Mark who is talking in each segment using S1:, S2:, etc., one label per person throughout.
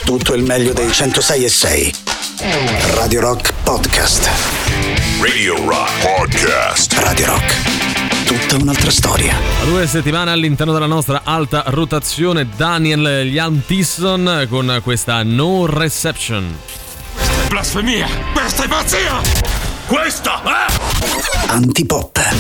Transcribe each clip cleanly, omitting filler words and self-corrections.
S1: tutto il meglio dei 106.6. Radio Rock Podcast.
S2: Radio Rock Podcast.
S1: Radio Rock. Tutta un'altra storia.
S3: A 2 settimane all'interno della nostra alta rotazione, Daniel Liam Tisson con questa No Reception.
S2: Blasfemia! Questa è pazzia! Questa è
S1: Antipop.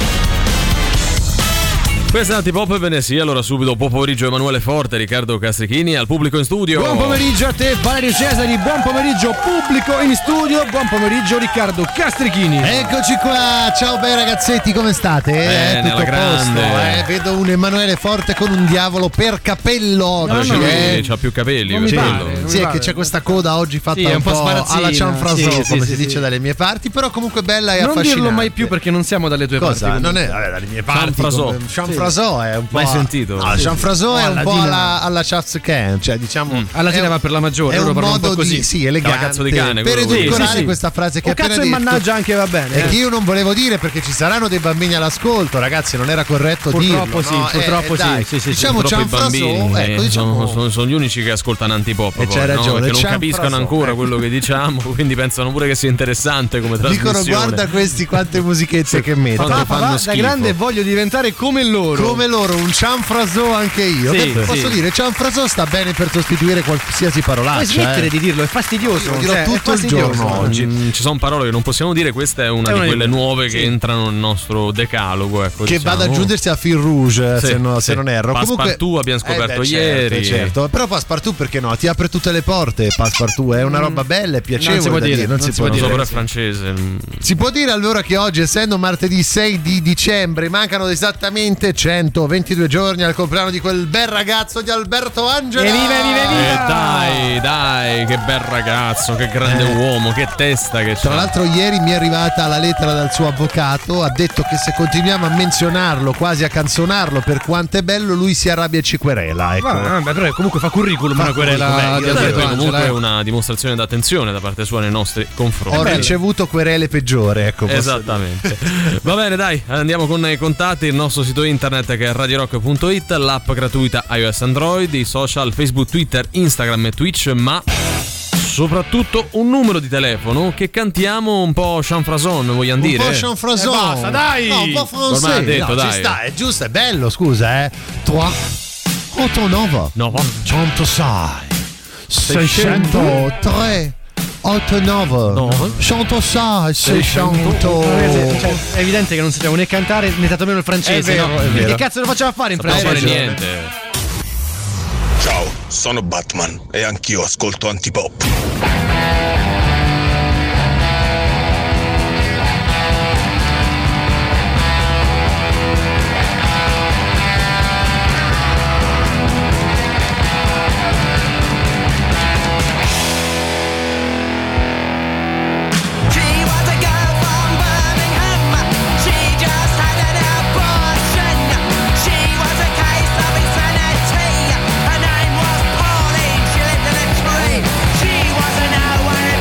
S3: Questa è Antipop e ve ne sia. Allora subito buon pomeriggio Emanuele Forte, Riccardo Castrichini al pubblico in studio.
S4: Buon pomeriggio a te Valerio Cesari, buon pomeriggio pubblico in studio, buon pomeriggio Riccardo Castrichini.
S5: Eccoci qua, ciao bei ragazzetti, come state?
S3: Bene,
S5: Tutto
S3: alla
S5: a
S3: grande.
S5: posto? Vedo un Emanuele Forte con un diavolo per capello oggi.
S3: C'ha più capelli.
S4: Non mi
S3: quello.
S4: pare.
S5: Sì, è che c'è questa coda oggi fatta
S4: Sì, è
S5: un po'
S4: sbarazzina.
S5: alla Cianfrasò,
S4: Sì,
S5: come
S4: sì,
S5: si
S4: sì,
S5: dice dalle mie parti, però comunque bella e
S4: Non
S5: affascinante.
S4: dirlo mai più perché non siamo dalle tue
S5: Cosa?
S4: parti.
S5: Non è dalle mie parti.
S3: Cianfrasò.
S5: Cianfrasò è un po'.
S3: Mai sentito?
S5: No, Cianfrasò è un po'
S4: Latina.
S5: alla Chats Can, cioè diciamo.
S4: A latina
S5: è
S4: va per la maggiore,
S5: È
S4: loro
S5: un
S4: parlano
S5: modo
S4: un po' così.
S5: di sì, elegante.
S3: Cazzo di cane,
S5: per
S3: quello lì.
S5: edulcorare
S4: Sì, sì.
S5: questa frase che
S4: O
S5: appena
S4: cazzo e
S5: detto.
S4: mannaggia anche va bene.
S5: E che io non volevo dire perché ci saranno dei bambini all'ascolto, ragazzi, non era corretto
S4: Purtroppo
S5: dirlo.
S4: sì,
S5: no?
S4: purtroppo
S5: dai,
S4: sì, sì,
S5: diciamo
S3: Purtroppo i
S5: Cianfrasò,
S3: bambini
S5: ecco, diciamo
S3: sono gli unici che ascoltano Antipop.
S5: E c'hai ragione,
S3: Perché non
S5: Cianfrasò,
S3: capiscono ancora
S5: ecco.
S3: quello che diciamo, quindi pensano pure che sia interessante come trasmissione.
S5: dicono guarda questi quante musichette che mettono.
S3: Quanto
S4: Papà,
S3: fanno
S4: da
S3: schifo.
S4: grande voglio diventare come loro.
S5: Come loro, un Cianfrasò anche io.
S4: Sì,
S5: Che posso
S4: sì.
S5: dire, Cianfrasò sta bene per sostituire qualsiasi
S4: Puoi
S5: parolaccia.
S4: smettere di dirlo, è fastidioso.
S5: Lo dirò
S4: cioè, è
S5: tutto il
S4: fastidioso.
S5: giorno oggi.
S3: Ci sono parole che non possiamo dire, questa è una
S4: È
S3: di
S4: una di
S3: quelle
S4: quelle.
S3: nuove che entrano nel nostro decalogo, ecco,
S5: Che
S3: diciamo.
S5: va ad aggiungersi a Fil Rouge,
S3: Sì,
S5: se
S3: sì.
S5: non erro.
S3: Passepartout abbiamo scoperto ieri.
S5: Certo. Però Passepartout perché no? Ti apre tutte le porte. Passepartout è una roba bella, è piacevole.
S4: Non si può
S5: da
S4: dire,
S5: non si può
S3: Non so,
S5: dire.
S3: però è francese.
S5: Si può dire allora che oggi, essendo martedì 6 di dicembre, mancano esattamente 122 giorni al compleanno di quel bel ragazzo di Alberto Angela.
S3: Dai, che bel ragazzo, che grande uomo, che testa che
S5: Tra
S3: c'ha.
S5: l'altro ieri mi è arrivata la lettera dal suo avvocato, ha detto che se continuiamo a menzionarlo, quasi a canzonarlo per quanto è bello, lui si arrabbia e ci querela. Ecco.
S4: Vabbè, però comunque fa curriculum una querela
S5: curriculum,
S4: di
S5: io
S4: Alberto
S5: dico,
S3: Comunque è
S4: Angela.
S3: una dimostrazione d'attenzione da parte sua nei nostri confronti.
S5: Ho ricevuto querele peggiori, ecco. posso
S3: Esattamente. Va bene, dai, andiamo con i contatti. Il nostro sito internet che è radiorock.it, l'app gratuita iOS Android, i social Facebook, Twitter, Instagram e Twitch, ma soprattutto un numero di telefono che cantiamo un po' chanfrason, vogliamo
S5: Un
S3: dire?
S5: po' Chanfrasò.
S4: basta, dai!
S5: No, un po'
S3: Ormai
S5: francese.
S3: ha detto,
S5: No,
S3: dai.
S5: ci sta, è giusto, è bello, scusa, 3 89
S3: No.
S5: 106 603 89 106 600.
S4: Cioè, è evidente che non sappiamo né cantare né tantomeno il francese.
S5: È vero,
S4: no?
S5: è vero.
S4: Che cazzo lo facciamo a fare in
S3: Non fare
S4: francese?
S3: niente.
S2: Ciao, sono Batman e anch'io ascolto Antipop.
S6: She was a girl from Birmingham. She just had an abortion. She was a case of insanity. Her name was Pauline. She lived in a tree. She was a no one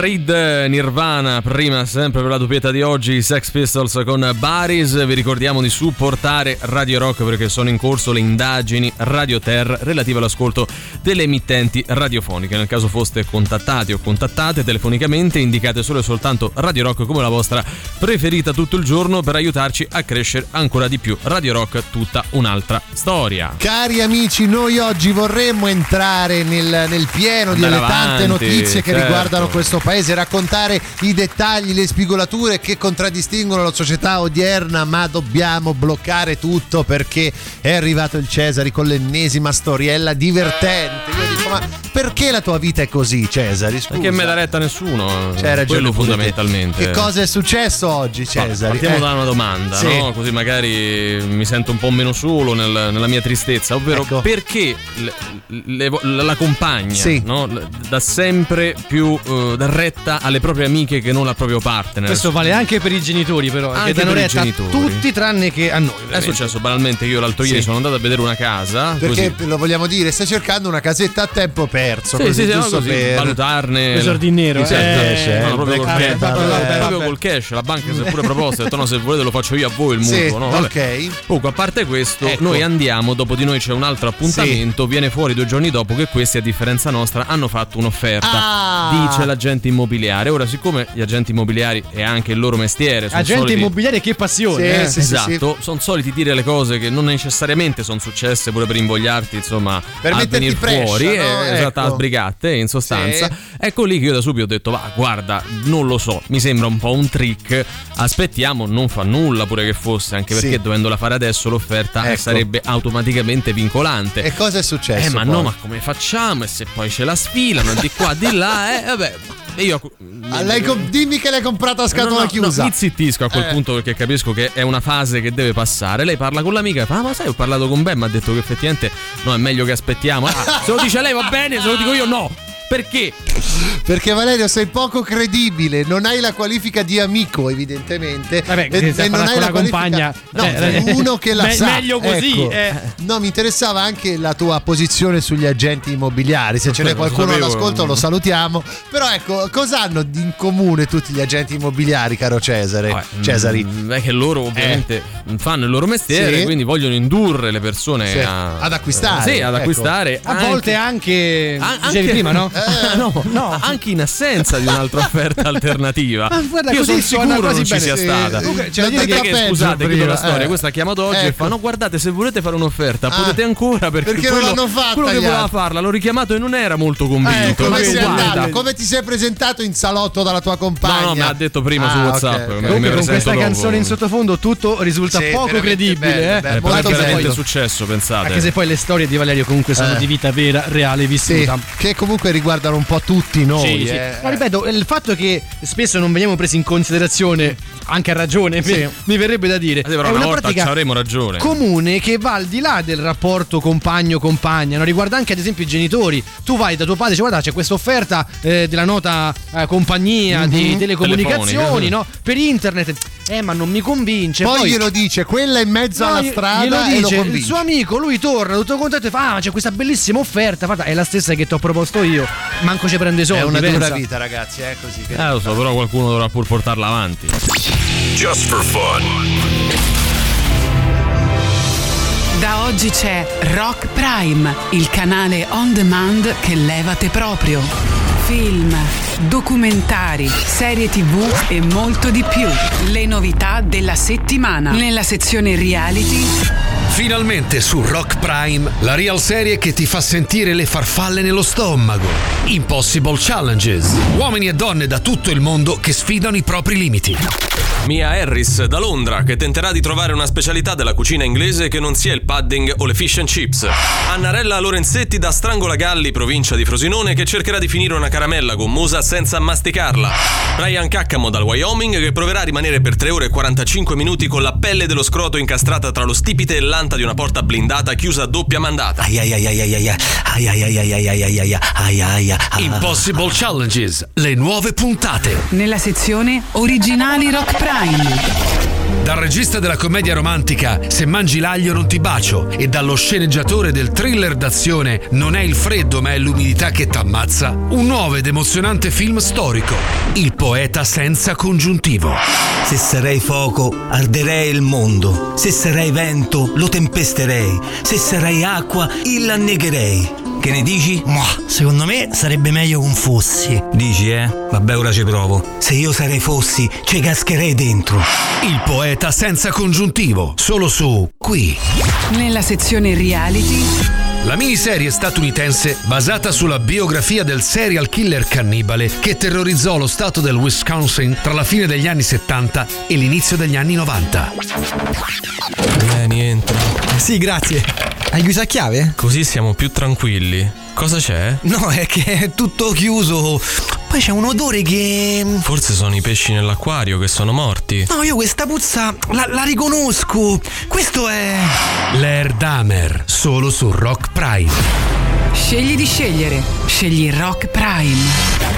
S3: Reed, Nirvana, prima sempre per la doppietta di oggi, i Sex Pistols con Baris. Vi ricordiamo di supportare Radio Rock perché sono in corso le indagini Radio Ter relative all'ascolto delle emittenti radiofoniche. Nel caso foste contattati o contattate telefonicamente, indicate solo e soltanto Radio Rock come la vostra preferita tutto il giorno per aiutarci a crescere ancora di più. Radio Rock, tutta un'altra storia.
S5: Cari amici, noi oggi vorremmo entrare nel pieno delle tante notizie che riguardano questo paese, raccontare i dettagli, le spigolature che contraddistinguono la società odierna, ma dobbiamo bloccare tutto perché è arrivato il Cesari con l'ennesima storiella divertente. Io dico, ma perché la tua vita è così, Cesari? Scusa.
S3: Perché me l'ha retta nessuno.
S5: C'hai ragione,
S3: quello fondamentalmente.
S5: Che cosa è successo oggi, Cesari?
S3: Partiamo da una domanda,
S5: sì,
S3: no? Così magari mi sento un po' meno solo nella mia tristezza, ovvero perché la compagna,
S5: sì,
S3: no? Da sempre più dà retta alle proprie amiche che non al proprio partner.
S4: Questo vale anche per i genitori, però,
S3: anche
S4: che danno
S3: per i
S4: retta a
S3: genitori.
S4: tutti tranne che a noi.
S3: È successo banalmente che io l'altro ieri sono andato a vedere una casa.
S5: Perché
S3: così.
S5: lo vogliamo dire, stai cercando una casetta a tempo perso.
S3: Sì,
S5: così,
S3: sì,
S5: giusto
S3: così,
S5: per
S3: valutarne.
S4: Tesoro di nero,
S3: no, proprio col cash.
S5: vabbè.
S3: Proprio col cash. La banca si è pure proposta. Ha detto no, se volete lo faccio io a voi il mutuo.
S5: Sì,
S3: No? Vabbè.
S5: ok.
S3: Comunque, a parte questo,
S5: Ecco.
S3: noi andiamo, dopo di noi c'è un altro appuntamento. Viene fuori 2 giorni dopo che questi, a differenza nostra, hanno fatto un'offerta. Dice l'agente immobiliare. Ora, siccome gli agenti immobiliari è anche il loro mestiere, sono
S4: agente
S3: soliti...
S4: immobiliare, che passione,
S5: Sì,
S3: Esatto, sono soliti dire le cose che non necessariamente sono successe, pure per invogliarti, insomma,
S5: per
S3: a
S5: metterti
S3: venire
S5: prescia,
S3: fuori,
S5: no?
S3: esatto,
S5: Ecco.
S3: a sbrigatte in sostanza.
S5: Sì.
S3: Ecco lì che io da subito ho detto, va, guarda, non lo so, mi sembra un po' un trick, aspettiamo, non fa nulla pure che fosse, anche perché
S5: Sì.
S3: dovendola fare adesso l'offerta
S5: Ecco.
S3: sarebbe automaticamente vincolante.
S5: E cosa è successo?
S3: Ma
S5: poi?
S3: no, ma come facciamo? E se poi ce la sfilano di qua, di là, vabbè. E io
S5: dimmi che l'hai comprata a scatola chiusa.
S3: No, mi zittisco a quel punto perché capisco che è una fase che deve passare. Lei parla con l'amica e fa: ma sai, ho parlato con Ben, mi ha detto che effettivamente no, è meglio che aspettiamo. Se lo dice lei va bene, se lo dico io no. Perché?
S5: Perché Valerio sei poco credibile, non hai la qualifica di amico evidentemente.
S4: Vabbè,
S5: e non hai la
S4: compagna.
S5: No, uno che la sa.
S4: Meglio così.
S5: Ecco. No, mi interessava anche la tua posizione sugli agenti immobiliari. Se ce n'è qualcuno all'ascolto lo salutiamo. Però ecco, cosa hanno in comune tutti gli agenti immobiliari, caro Cesare? Cesari?
S3: È che loro ovviamente fanno il loro mestiere,
S5: Sì.
S3: quindi vogliono indurre le persone
S5: Sì, ad acquistare.
S3: Sì, ad
S5: Ecco.
S3: acquistare.
S4: A volte anche dicevi prima, no?
S3: No, anche in assenza di un'altra offerta alternativa.
S4: Ma guarda,
S3: io sono
S4: così suona
S3: sicuro
S4: quasi
S3: non ci
S4: bene.
S3: sia
S5: Sì.
S3: stata.
S5: Comunque,
S4: c'è da dire
S5: detto
S3: Perché,
S5: peggio
S3: scusate, chiudo
S5: prima.
S3: la storia. Questa ha chiamato oggi e fa: no, guardate, se volete fare un'offerta potete ancora, perché
S5: non
S3: quello,
S5: l'hanno fatta
S3: quello che
S5: gli
S3: voleva
S5: altri.
S3: farla l'ho richiamato e non era molto convinto.
S5: Come
S3: Ho detto,
S5: sei
S3: guarda.
S5: andato? Come ti sei presentato in salotto dalla tua compagna?
S3: No, me l'ha detto prima su WhatsApp.
S5: ok,
S3: come
S5: ok.
S3: mi
S4: Comunque con
S3: presento
S4: questa
S3: dopo.
S4: canzone in sottofondo tutto risulta
S5: Sì,
S4: poco
S5: veramente
S4: credibile,
S5: bello, bello.
S3: Però è
S5: Molto
S3: veramente
S5: bello.
S3: successo, pensate.
S4: Anche se poi le storie di Valerio comunque sono di vita vera, reale,
S5: Sì,
S4: vissuta.
S5: che comunque riguardano un po' tutti noi.
S4: Sì, sì. Ma ripeto, il fatto che spesso non veniamo presi in considerazione, anche a ragione,
S5: Sì.
S4: mi verrebbe da dire,
S3: Però
S4: è
S3: una
S4: una
S3: volta
S4: pratica
S3: ci avremo ragione.
S4: comune che va al di là del rapporto compagno-compagna, no? Riguarda anche ad esempio i genitori. Tu vai da tuo padre e dici: guarda, c'è questa offerta della nota compagnia di telecomunicazioni,
S3: Telefonica.
S4: no? Per internet. Ma non mi convince.
S5: Poi glielo dice, quella in mezzo alla strada
S4: glielo
S5: e lo
S4: dice, il
S5: convince.
S4: suo amico, lui torna tutto contento e fa: c'è questa bellissima offerta, guarda, è la stessa che ti ho proposto io, manco ci prende i soldi.
S5: È una dura
S4: pensa.
S5: vita, ragazzi, è così che...
S3: Lo so, però qualcuno dovrà pur portarla avanti.
S2: Just for fun.
S7: Da oggi c'è Rock Prime, il canale on demand che levate proprio. Film, documentari, serie TV e molto di più. Le novità della settimana. Nella sezione reality,
S8: Finalmente su Rock Prime, la real serie che ti fa sentire le farfalle nello stomaco. Impossible Challenges. Uomini e donne da tutto il mondo che sfidano i propri limiti.
S9: Mia Harris da Londra che tenterà di trovare una specialità della cucina inglese che non sia il pudding o le fish and chips. Annarella Lorenzetti da Strangolagalli, provincia di Frosinone, che cercherà di finire una caramella gommosa senza masticarla. Ryan Caccamo dal Wyoming che proverà a rimanere per 3 ore e 45 minuti con la pelle dello scroto incastrata tra lo stipite e l'anta di una porta blindata chiusa a doppia mandata.
S8: Impossible Challenges, le nuove puntate.
S7: nella sezione originali Rock Prime.
S8: Dal regista della commedia romantica Se mangi l'aglio non ti bacio e dallo sceneggiatore del thriller d'azione Non è il freddo ma è l'umidità che t'ammazza, un nuovo ed emozionante film storico, Il poeta senza congiuntivo.
S10: Se sarei fuoco, arderei il mondo. Se sarei vento, lo tempesterei. Se sarei acqua, il annegherei. Che ne dici?
S11: Ma secondo me sarebbe meglio con fossi.
S10: Dici, eh? Vabbè, ora ci provo. Se io sarei fossi, ci cascherei dentro.
S8: Il poeta senza congiuntivo, solo su Qui.
S7: Nella sezione reality,
S8: La miniserie statunitense basata sulla biografia del serial killer cannibale che terrorizzò lo stato del Wisconsin tra la fine degli anni 70 e l'inizio degli anni 90.
S9: Vieni, entra.
S11: Sì, grazie. Hai chiuso a chiave?
S9: Così siamo più tranquilli. Cosa c'è?
S11: No, è che è tutto chiuso. Poi c'è un odore che...
S9: Forse sono i pesci nell'acquario che sono morti.
S11: No, io questa puzza la riconosco. Questo è...
S8: L'Air Dahmer, solo su Rock Prime.
S7: scegli di scegliere. Scegli Rock Prime.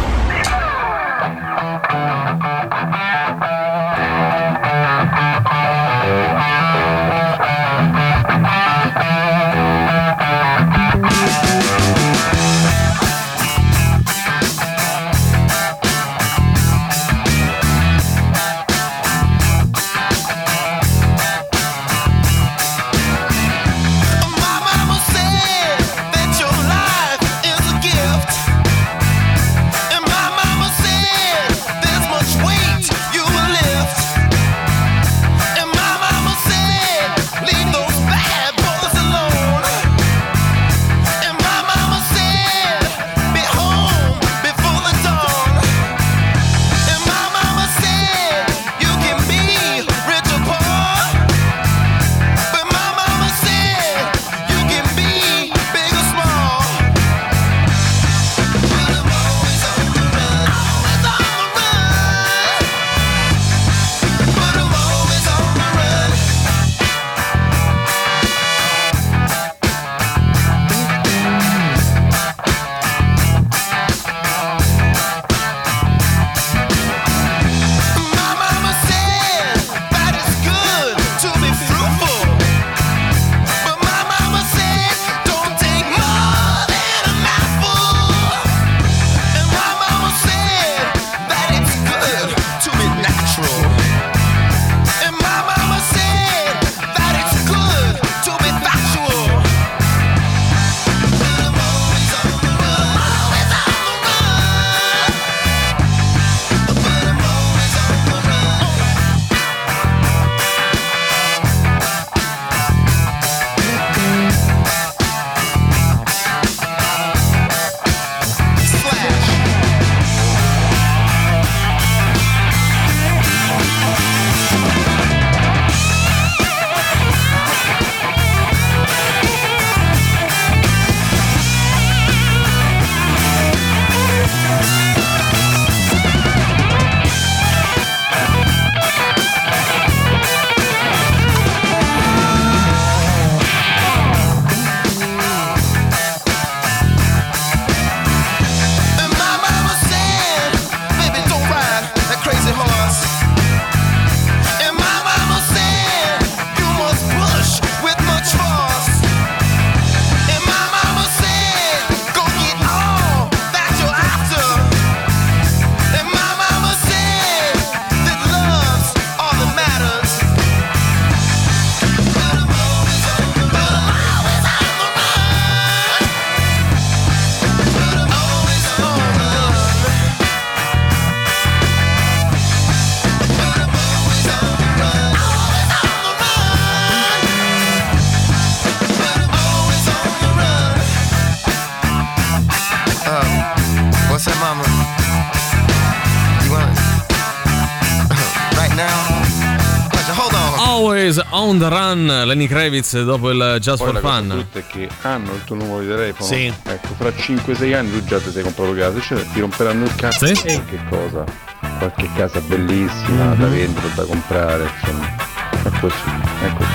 S3: On the Run, Lenny Kravitz dopo il Just
S12: Poi
S3: for Fun.
S12: La cosa brutta è che hanno il tuo numero di telefono.
S3: Sì.
S12: Ecco, fra 5-6 anni tu già ti sei comprato casa, cioè ti romperanno il cazzo.
S3: Sì.
S12: Che cosa? Qualche casa bellissima da vendere, da comprare, insomma. È così, è così.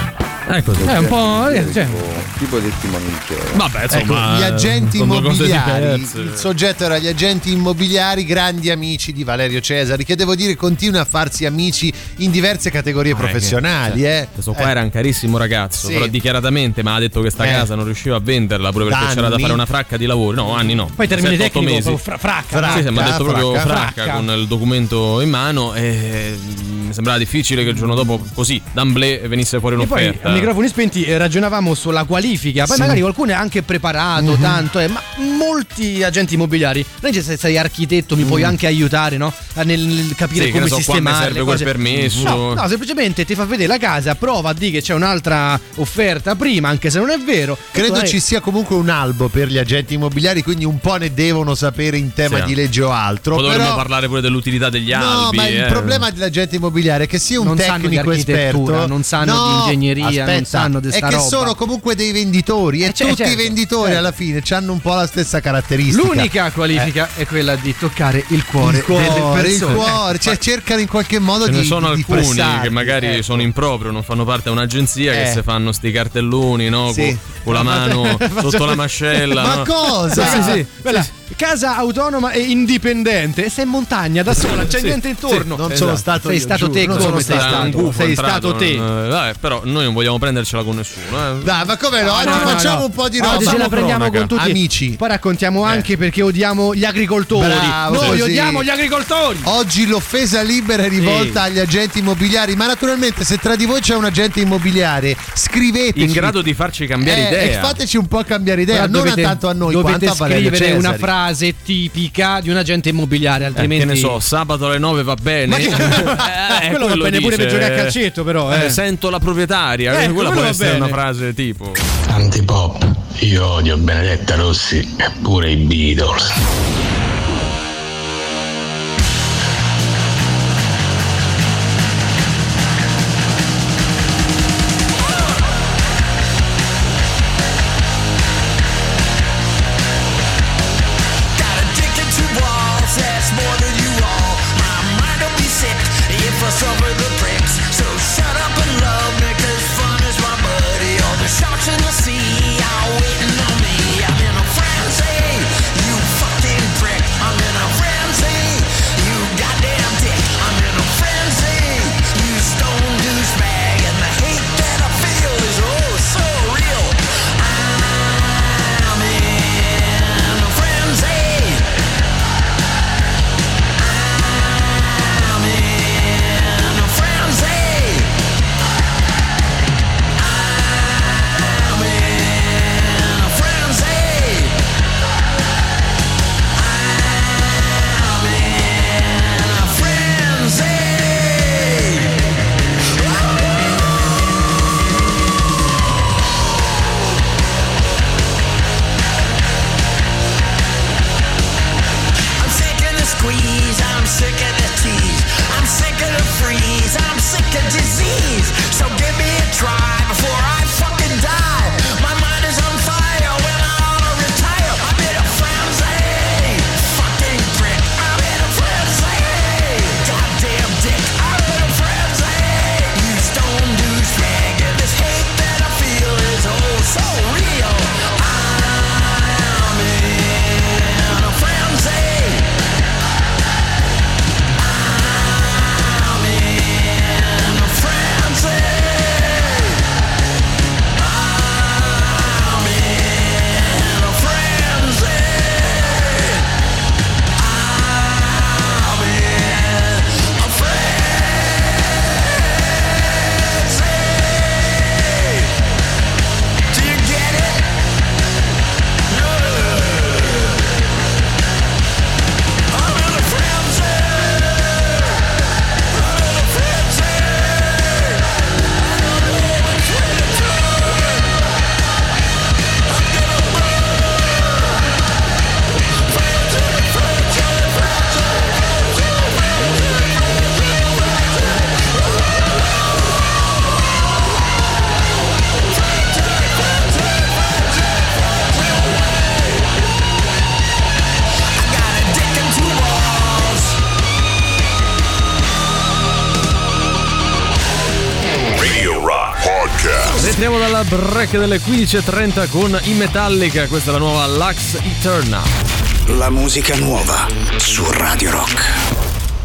S3: È così.
S4: È un po'.
S12: Tipo testimonianza.
S3: Vabbè, insomma,
S5: ecco, gli agenti
S3: sono due cose
S5: immobiliari.
S3: diverse.
S5: Il soggetto era gli agenti immobiliari, grandi amici di Valerio Cesari, che devo dire continua a farsi amici in diverse categorie professionali.
S3: Questo qua era un carissimo ragazzo,
S5: Sì.
S3: però dichiaratamente mi ha detto che sta casa non riusciva a venderla proprio perché
S5: Anni.
S3: c'era da fare una fracca di lavoro. No, anni no.
S4: Poi termine
S3: 7-8
S4: tecnico,
S3: mesi.
S4: proprio fracca.
S3: Sì, mi ha detto proprio
S5: fracca.
S3: fracca con il documento in mano e mi sembrava difficile che il giorno dopo così d'amblè venisse fuori
S4: E poi
S3: un'offerta.
S4: a microfoni spenti ragionavamo sulla qualifica, poi magari qualcuno è anche preparato tanto, ma molti agenti immobiliari, non è che se sei architetto mi puoi anche aiutare, no? Nel capire
S3: Sì, che
S4: come
S3: ne so, qua mi
S4: sistemare
S3: serve
S4: le
S3: quel
S4: cose.
S3: permesso.
S4: No, semplicemente ti fa vedere la casa, prova a dire che c'è un'altra offerta prima, anche se non è vero.
S5: Credo
S4: Tu
S5: ci sia comunque un albo per gli agenti immobiliari, quindi un po' ne devono sapere in tema
S3: Sì.
S5: di legge o altro.
S3: Poi dovremmo
S5: Però
S3: parlare pure dell'utilità degli
S5: no,
S3: albi.
S5: ma il problema dell'agente immobiliare è che sia un
S4: Non sanno di
S5: tecnico
S4: architettura,
S5: esperto,
S4: non sanno di ingegneria, non sanno di
S5: è
S4: sta
S5: che
S4: roba.
S5: sono comunque dei venditori e
S4: cioè,
S5: tutti
S4: certo,
S5: i venditori
S4: certo.
S5: alla fine hanno un po' la stessa caratteristica.
S4: L'unica qualifica è quella di toccare il cuore,
S5: il cuore,
S4: delle
S5: il
S4: persone.
S5: cuore, cioè cercano in qualche modo
S3: Ce
S5: di
S3: ne sono
S5: di
S3: alcuni
S5: pressarti,
S3: che magari
S5: ecco.
S3: sono in proprio, non fanno parte di un'agenzia che si fanno sti cartelloni, no?
S5: Sì.
S3: Con la mano sotto la mascella.
S5: Ma
S3: no?
S5: cosa?
S3: Sì.
S4: Quella casa autonoma e indipendente, sei in montagna da sola, c'è
S3: Sì,
S4: niente intorno.
S5: non sono stato
S4: sei
S5: io,
S4: stato
S5: giuro,
S4: te,
S5: non
S4: come
S5: sono
S4: sei
S5: stato.
S3: Un
S4: stato?
S3: gufo
S4: Sei
S3: entrato,
S4: stato te.
S3: vabbè, però noi non vogliamo prendercela con nessuno.
S5: Dai, ma come no? Oggi
S4: no,
S5: facciamo
S4: no.
S5: un po' di
S4: Oggi
S5: roba.
S4: ce la prendiamo
S3: cronaca.
S4: con tutti.
S5: Amici.
S4: Poi raccontiamo anche perché odiamo gli agricoltori.
S5: Bravo,
S4: Noi
S5: così.
S4: odiamo gli agricoltori.
S5: Oggi l'offesa libera è rivolta agli agenti immobiliari, ma naturalmente se tra di voi c'è un agente immobiliare, scriveteci.
S3: In grado di farci cambiare
S5: e
S3: idea.
S5: fateci un po' cambiare idea,
S4: Però
S5: non tanto a noi quanto
S4: dovete
S5: a Valerio
S4: scrivere una
S5: Cesari.
S4: frase tipica di un agente immobiliare, altrimenti
S3: Che ne so, sabato alle 9 va bene.
S4: Ma quello va bene pure per
S3: dice.
S4: giocare a calcetto, però.
S3: Sento la proprietaria. Quella
S4: quello
S3: può
S4: va
S3: essere
S4: bene.
S3: una frase tipo.
S13: Antipop, io odio Benedetta Rossi e pure i Beatles.
S6: Got addicted to walls, that's more than you all. My mind will be sick if I suffer the bricks. So shut up and love me, 'cause fun is my buddy. All the sharks in the sea are waiting on me. I'm in a frenzy, you fucking prick.
S3: al break delle 15.30 con i Metallica. Questa è la nuova Lux Eternal.
S1: La musica nuova su Radio Rock.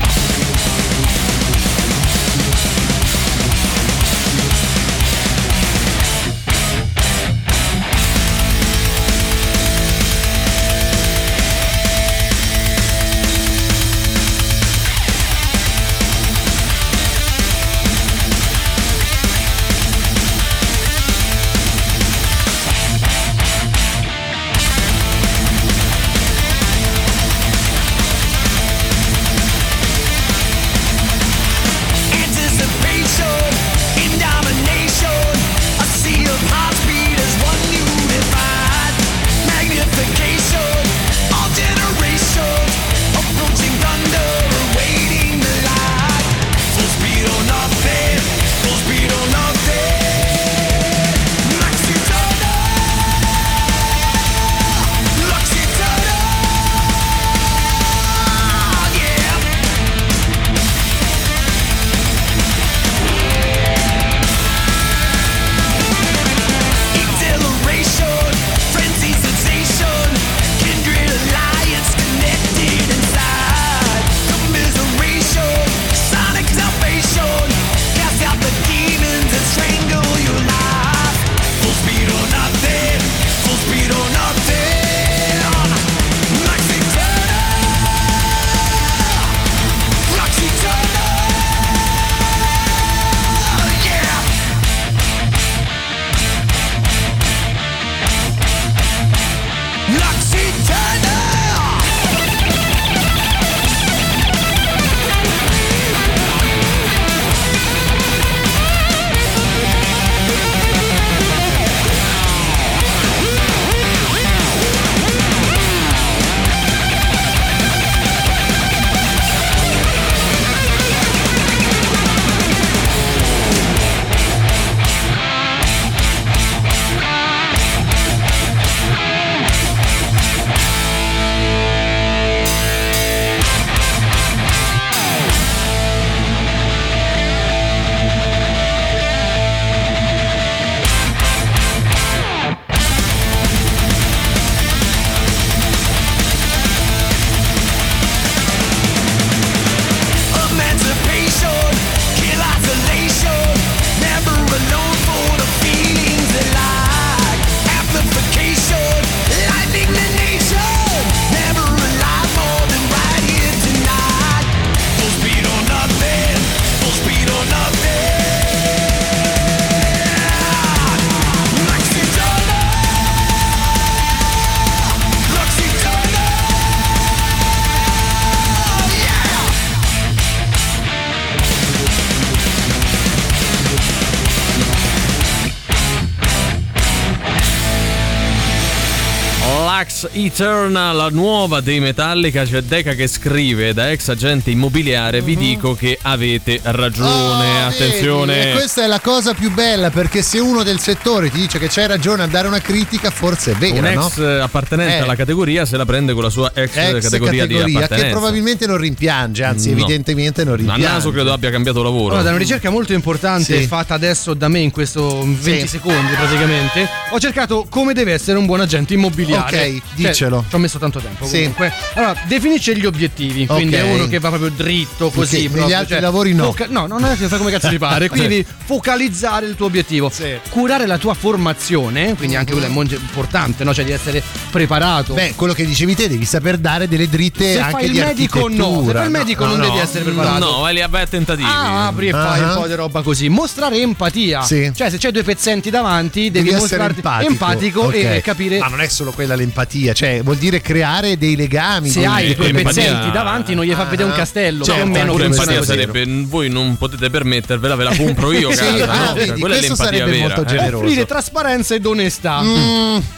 S3: Eternal, la nuova dei Metallica. C'è Deca che scrive: da ex agente immobiliare vi dico che avete ragione. Attenzione,
S5: vedi, e questa è la cosa più bella, perché se uno del settore ti dice che c'hai ragione a dare una critica, forse è vera.
S3: Un ex appartenente alla categoria se la prende con la sua ex categoria di appartenenza,
S5: che probabilmente non rimpiange, anzi evidentemente non rimpiange.
S3: Ma Naso credo abbia cambiato lavoro.
S4: Allora, da una ricerca molto importante fatta adesso da me in questo 20 secondi praticamente, ho cercato come deve essere un buon agente immobiliare.
S5: Ok, dicelo.
S4: Ci ho messo tanto tempo comunque. Allora, definisce gli obiettivi, quindi è uno che va proprio dritto così.
S5: Negli altri lavori no.
S4: No, non è che fa come cazzo ti pare. Quindi focalizzare il tuo obiettivo, curare la tua formazione, quindi anche quello è molto importante, no? Cioè di essere preparato.
S5: Beh, quello che dicevi te, devi saper dare delle dritte
S4: se
S5: anche
S4: fai il
S5: di
S4: medico
S5: architettura.
S4: se fai il medico non devi essere preparato.
S3: No, vai a tentativi.
S4: Apri e fai un po' di roba così. Mostrare empatia. Cioè, se c'hai due pezzenti davanti, devi mostrarti empatico e capire.
S5: Ma non è solo quella l'empatia, cioè vuol dire creare dei legami.
S4: Se hai due pezzenti davanti, non gli fa vedere un castello.
S3: Cioè,
S4: più o meno
S3: pure empatia sarebbe: voi non potete permettervela, ve la compro io. Casa, no?
S5: Vedi,
S3: quella è l'empatia vera.
S4: Offrire trasparenza ed onestà.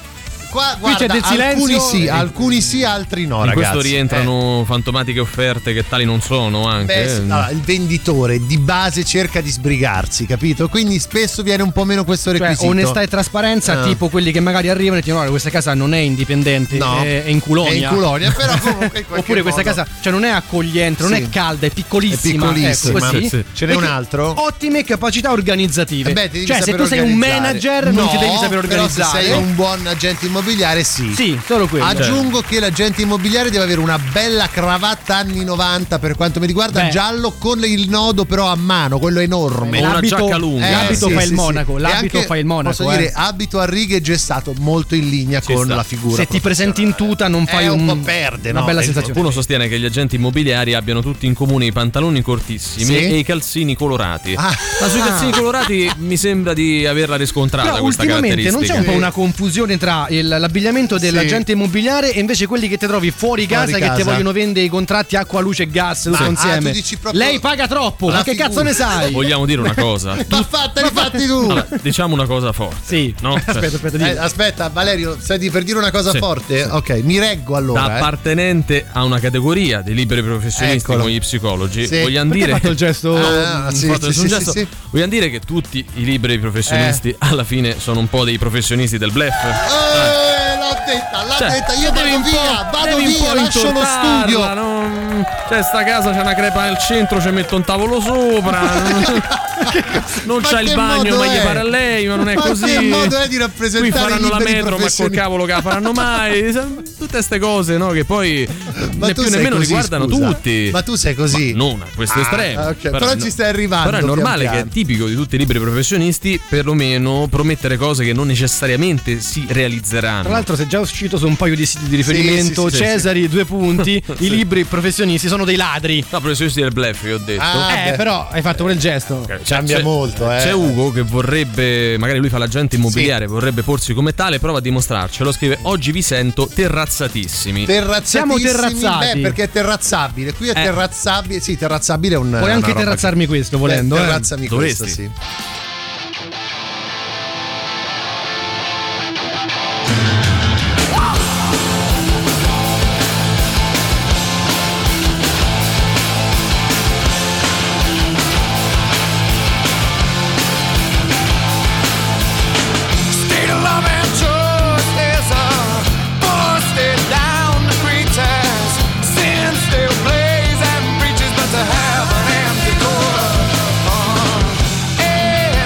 S5: qua
S4: qui c'è
S5: guarda,
S4: del silenzio.
S5: alcuni sì, altri no,
S3: in
S5: ragazzi.
S3: questo rientrano fantomatiche offerte che tali non sono anche.
S5: Beh, allora, il venditore di base cerca di sbrigarsi, capito? Quindi spesso viene un po' meno questo requisito.
S4: Cioè, onestà e trasparenza, tipo quelli che magari arrivano e dicono: questa casa non è indipendente,
S5: No,
S4: è in Culonia.
S5: È in Culonia, però comunque in qualche
S4: Oppure questa
S5: modo.
S4: casa, cioè, non è accogliente, non
S5: Sì.
S4: è calda, è piccolissima.
S5: È piccolissima.
S4: Ecco, così.
S5: Sì. Ce n'è un altro?
S4: Ottime capacità organizzative.
S5: Beh, ti devi
S4: cioè, se
S5: saper
S4: tu sei un
S5: organizzare.
S4: manager, non ti devi sapere
S5: Però
S4: organizzare.
S5: se sei un buon agente immobiliare, sì.
S4: Sì, solo quello.
S5: Aggiungo che l'agente immobiliare deve avere una bella cravatta anni 90 per quanto mi riguarda,
S4: Beh.
S5: giallo con il nodo però a mano, quello enorme.
S3: O una giacca lunga.
S4: L'abito
S5: sì,
S4: fa
S5: sì,
S4: il monaco.
S5: sì.
S4: L'abito
S5: E anche,
S4: fa il monaco.
S5: posso dire, abito a righe gessato molto in linea con
S3: sta.
S5: la figura.
S4: Se ti presenti in tuta, non fai
S5: un po' perde,
S4: una
S5: no?
S4: bella
S5: Ecco.
S4: sensazione.
S3: Qualcuno sostiene che gli agenti immobiliari abbiano tutti in comune i pantaloni cortissimi
S5: Sì.
S3: e i calzini colorati.
S5: Ah.
S3: Ma sui calzini colorati mi sembra di averla riscontrata
S4: Però
S3: questa
S4: ultimamente non
S3: caratteristica.
S4: c'è un po' una confusione tra l'abbigliamento dell'agente immobiliare e invece quelli che ti trovi fuori casa, che ti vogliono vendere i contratti acqua, luce e gas tutto insieme.
S5: tu dici proprio
S4: Lei paga troppo,
S5: la
S4: ma che
S5: figura.
S4: cazzo ne sai?
S3: Vogliamo dire una cosa.
S5: Ma fatti tu.
S3: Allora, diciamo una cosa forte.
S4: Sì.
S3: No?
S4: Aspetta, dimmi.
S5: Aspetta, Valerio, stai per dire una cosa
S3: Sì.
S5: forte? Ok, mi reggo
S3: Da
S5: allora.
S3: appartenente a una categoria di liberi professionisti
S5: Eccolo.
S3: come gli psicologi,
S5: Sì.
S3: vogliamo
S4: Perché
S3: dire.
S4: hai fatto il gesto?
S5: Sì,
S3: fatto
S5: sì,
S3: un
S5: sì,
S3: gesto.
S5: sì.
S3: Vogliamo dire che tutti i liberi professionisti alla fine sono un po' dei professionisti del bluff.
S5: L'ho
S3: Cioè,
S5: detta, io
S3: devi
S5: vado
S3: un
S5: via,
S3: po'
S5: lascio lo
S3: intortarla,
S5: studio.
S3: Cioè, sta casa c'è una crepa nel centro, ci metto un tavolo sopra. Non c'ha il
S5: che
S3: bagno,
S5: modo
S3: ma gli
S5: è?
S3: pare a lei, ma non è
S5: Ma
S3: così.
S5: che modo è di rappresentare
S3: Qui faranno
S5: i
S3: la
S5: liberi
S3: metro, ma col
S5: professionisti?
S3: cavolo che la faranno mai. Tutte queste cose, no? Che poi
S5: Ma
S3: né
S5: tu
S3: più
S5: sei
S3: nemmeno
S5: così,
S3: riguardano
S5: scusa.
S3: tutti.
S5: Ma tu sei così?
S3: Ma non a questo estremo.
S5: Ok, però ci stai arrivando.
S3: Però è normale
S5: pian
S3: che è
S5: piano.
S3: tipico di tutti i liberi professionisti perlomeno promettere cose che non necessariamente si realizzeranno.
S4: Tra l'altro, sei già uscito su un paio di siti di riferimento.
S5: sì, sì,
S4: Cesari, 2 punti. I libri professionisti sono dei ladri.
S3: No, professionisti del bluff, io ho detto.
S5: beh.
S4: Però hai fatto pure il gesto.
S5: Cambia molto,
S3: C'è Ugo che vorrebbe, magari lui fa l'agente immobiliare, vorrebbe porsi come tale, prova a dimostrarcelo. Scrive: oggi vi sento terrazzatissimi.
S4: Siamo terrazzati.
S5: Beh, perché è terrazzabile. Qui è terrazzabile. Sì, terrazzabile è un.
S4: Puoi anche terrazzarmi questo volendo.
S5: Terrazzami questo,
S3: Dovresti.
S5: sì.
S6: State of love and trust is busted down the pretense. Sin still plays and preaches, but to have an empty door.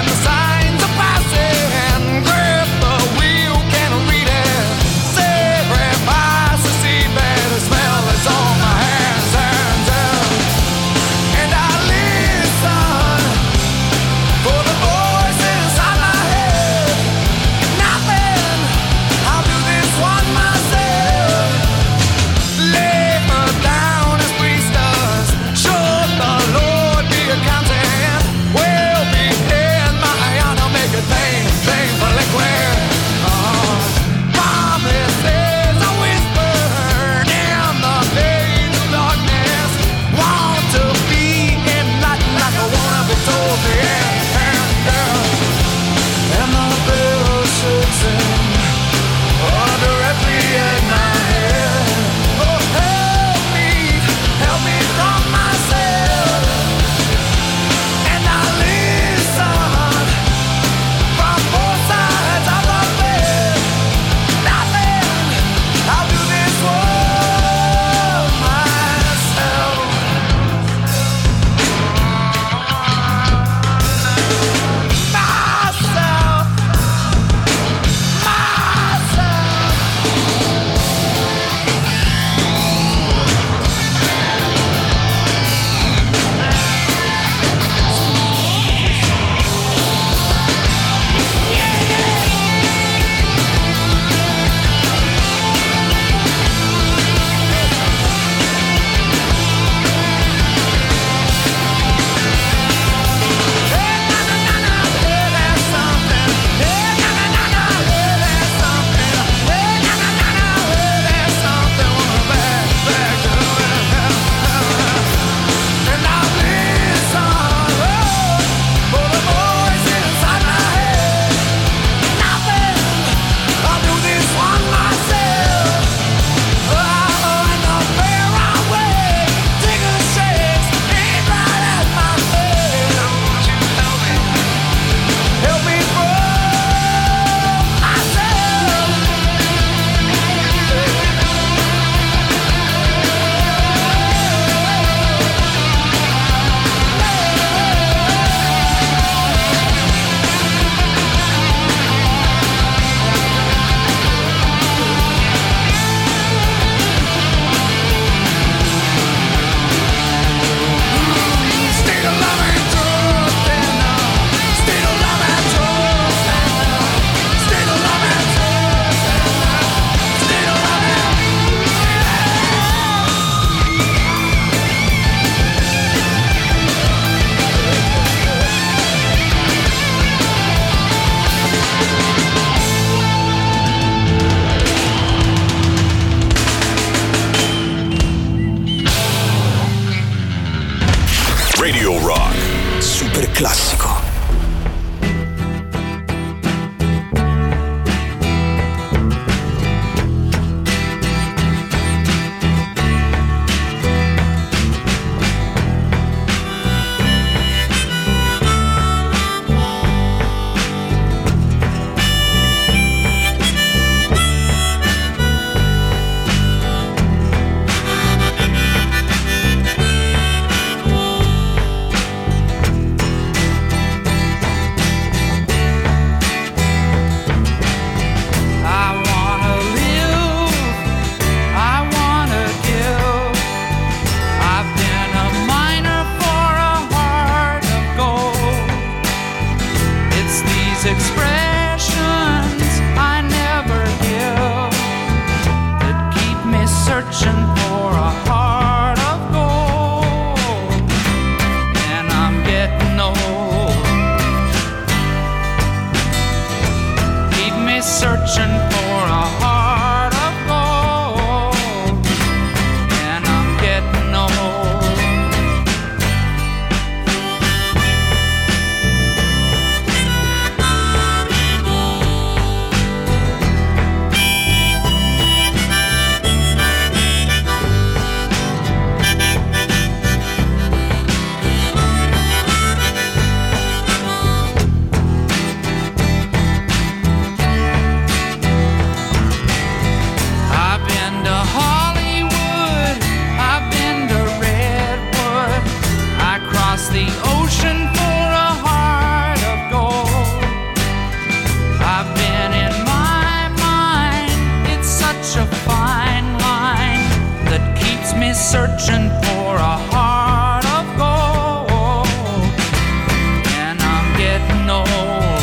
S6: searching for a heart of gold, and I'm getting old.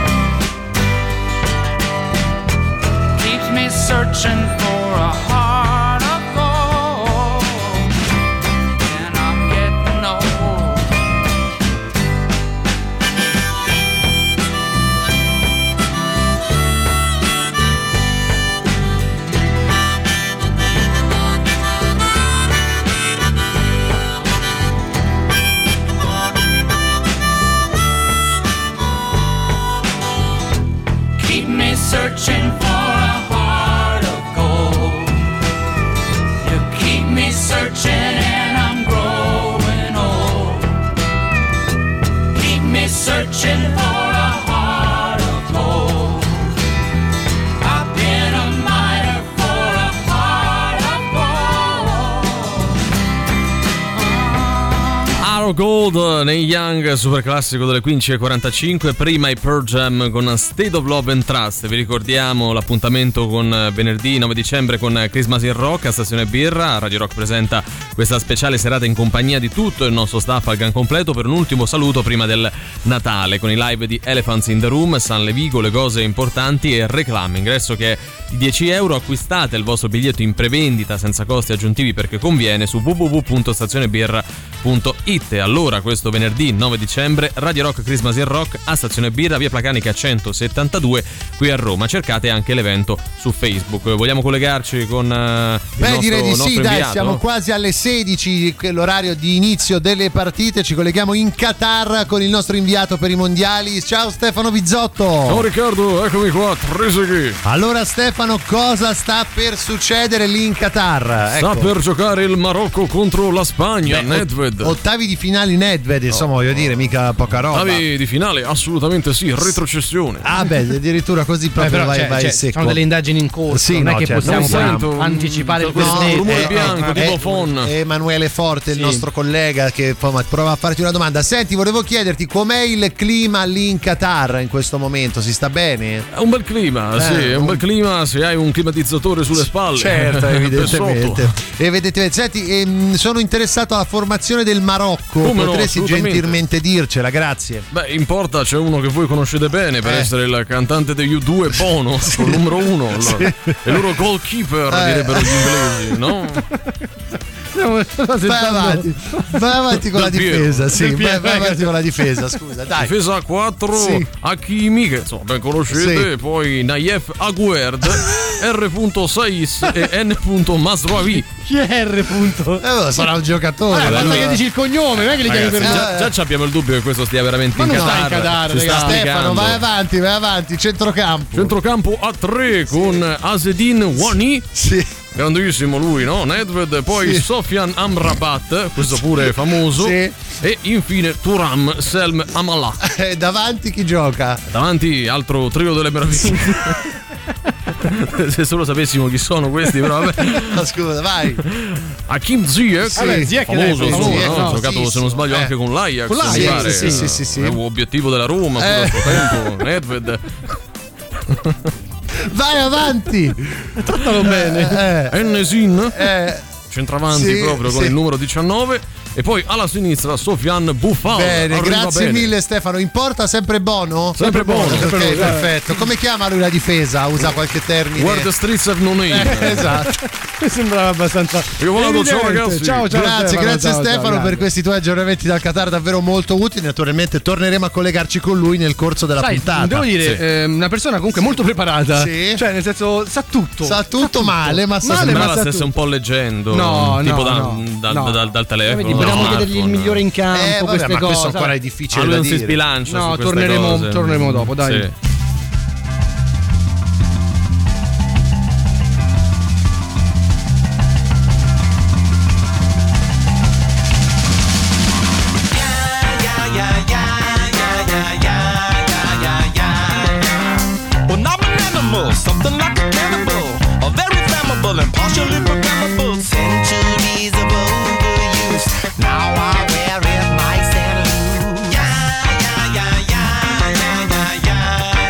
S6: Keeps me searching for a heart of gold, and I'm getting old. Keep me searching for a heart of gold. You keep me searching and I'm growing old. Keep me searching for a heart of gold. I've been a miner for a heart of gold.
S3: Arrow Gold nei Young, super classico delle 15:45. Prima i Pearl Jam con State of Love and Trust. Vi ricordiamo l'appuntamento con venerdì 9 dicembre con Christmas in Rock a Stazione Birra. Radio Rock presenta questa speciale serata in compagnia di tutto il nostro staff al gran completo per un ultimo saluto prima del Natale con i live di Elephants in the Room, San Levigo, Le Cose Importanti e Reclame. Ingresso che è di 10 euro. Acquistate il vostro biglietto in prevendita senza costi aggiuntivi perché conviene su www.stazionebirra.it. Allora questo venerdì 9 dicembre Radio Rock Christmas in Rock a Stazione Birra, via Placanica 172 qui a Roma. Cercate anche l'evento su Facebook. Vogliamo collegarci con il
S5: direi di sì,
S3: inviato?
S5: dai, siamo quasi alle 16, l'orario di inizio delle partite. Ci colleghiamo in Qatar con il nostro inviato per i mondiali. Ciao Stefano Bizzotto.
S3: Ciao Riccardo, eccomi qua, Treseghi.
S5: Allora Stefano, cosa sta per succedere lì in Qatar?
S3: Sta per giocare il Marocco contro la Spagna. Nedved.
S5: Ottavi di finali Nedved, insomma, voglio dire, mica poca roba.
S3: Ottavi di finale, assolutamente sì, retrocessione.
S5: Ah beh, addirittura così proprio vai secco.
S4: Sono delle indagini in corso,
S5: sì,
S4: non
S5: no,
S4: è che
S5: certo.
S4: possiamo anticipare il
S3: rumore bianco tipo phon.
S5: Emanuele Forte, il nostro collega, che prova a farti una domanda. Senti, volevo chiederti com'è il clima lì in Qatar in questo momento, si sta bene?
S3: È un bel clima, sì, è un bel clima se hai un climatizzatore sulle spalle.
S5: Certo, evidentemente. Senti, sono interessato alla formazione del Marocco.
S3: Come
S5: potresti gentilmente dircela, grazie.
S3: Beh, in porta c'è uno che voi conoscete bene per essere il cantante degli U2, Bono, il numero 1, allora.
S5: Sì.
S3: E il loro goalkeeper, direbbero gli inglesi, no?
S5: Vai avanti con la difesa, sì, vai avanti con la difesa, scusa, dai.
S3: Difesa a 4, sì. Hakimi, che insomma ben conoscete, sì. Poi Nayef Aguerd, R. Saiz e N. Masraoui.
S4: Chi è R.
S5: Sarà un giocatore.
S4: Basta che dici il cognome, non è che li chiami per
S3: già abbiamo il dubbio che questo stia veramente
S4: ma
S3: in
S4: Qatar.
S5: Stefano, vai avanti, centrocampo
S3: a 3 con Azzedine Ouani.
S5: Sì.
S3: Grandissimo lui, no? Nedved, poi sì. Sofian Amrabat, questo pure famoso.
S5: Sì.
S3: E infine Turam Selm Amallah.
S5: Davanti chi gioca?
S3: Davanti altro trio delle meraviglie. Se solo sapessimo chi sono questi, però vabbè.
S5: No, scusa, vai.
S3: Hakim Ziyech, famoso,
S5: ha
S3: giocato se non sbaglio anche con l'Ajax.
S5: Con l'Ajax, sì.
S3: È un obiettivo della Roma pure a suo tempo. Nedved.
S5: Vai avanti,
S4: trattalo bene.
S3: Enesin, centravanti proprio con il numero 19. E poi alla sinistra Sofian Boufal.
S5: Bene, grazie mille Stefano. In porta sempre Bono?
S3: Sempre Bono.
S5: Ok, perfetto. Come chiama lui la difesa? Usa qualche termine?
S3: Guarda Strizzer non è.
S5: Esatto.
S4: Mi sembrava abbastanza.
S3: Io vado, ciao ragazzi.
S4: Ciao
S5: grazie Stefano per questi tuoi aggiornamenti dal Qatar davvero molto utili. Naturalmente torneremo a collegarci con lui nel corso della puntata.
S4: Devo dire, una persona comunque molto preparata.
S5: Sì.
S4: Cioè, nel senso, sa tutto.
S5: Sa tutto male, ma sa
S3: tutto.
S5: la
S3: stesse un po' leggendo.
S4: No,
S3: tipo dal telefono.
S4: Vogliamo chiedergli il migliore in campo, queste
S5: ma
S4: cose.
S5: questo ancora è difficile
S3: lui
S5: da
S3: non
S5: dire.
S3: si sbilancia.
S4: No,
S3: su
S4: torneremo dopo, dai.
S3: Sì.
S6: Well, I'm an animal, something like a cannibal, a very flammable and partially programmable. Centuries of overuse, now I wear it nice and loose. Yeah.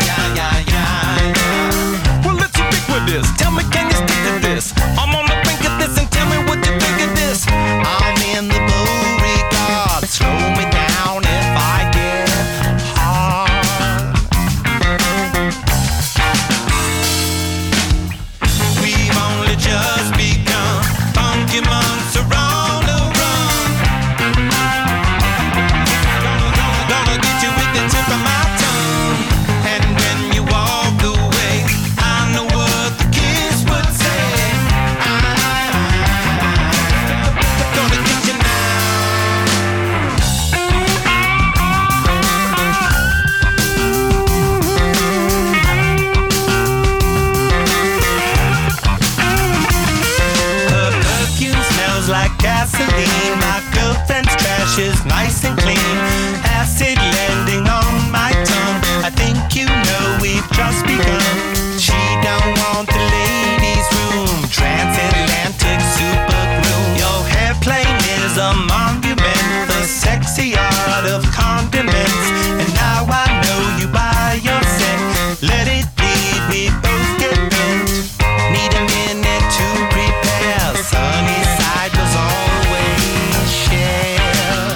S6: dishes nice and clean. Acid landing on my tongue. I think you know we've just begun. She don't want the ladies' room, transatlantic super glue. Your airplane is a monument, the sexy art of condiments. And now I know you by yourself. Let it bleed, we both get bent. Need a minute to prepare. Sunny side was always share.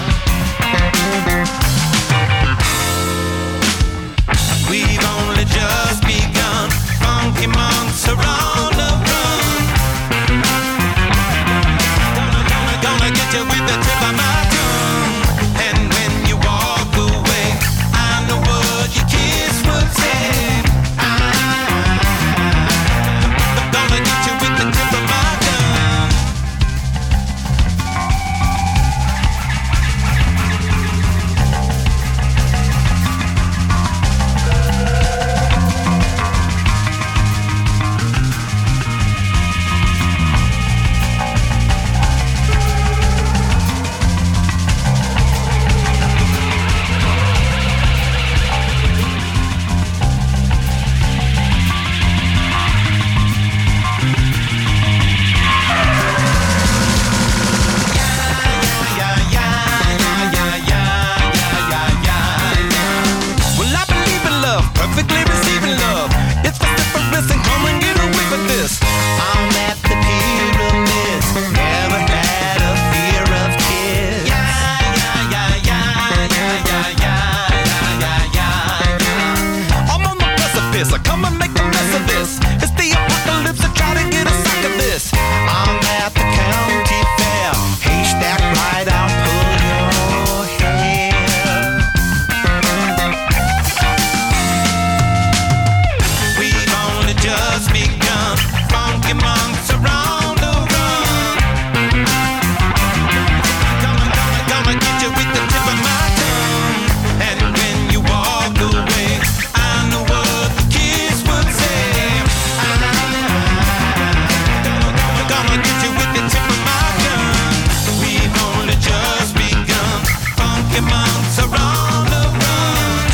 S6: We've only just begun. Funky monks are on the run. Gonna get you with the tip of my tongue. And when you walk away, I know what your kiss would say. Gonna get you with the tip of my tongue. Well, I believe in love, perfectly receiving love. It's vociferous and come and get away with this. I'm at the pyramids, never had a fear of kids. I'm on the precipice, I come and make a mess of this. It's the apocalypse, I try to get a sack of this. I'm at the county fair, haystack right, I'll pull your hair. We've only just begun. Funky monks are on the run. Gonna get you with the tip of my tongue. And when you walk away, I know what the kids would say. Gonna get you with the tip of my tongue. We've only just begun. Funky monks are on the run.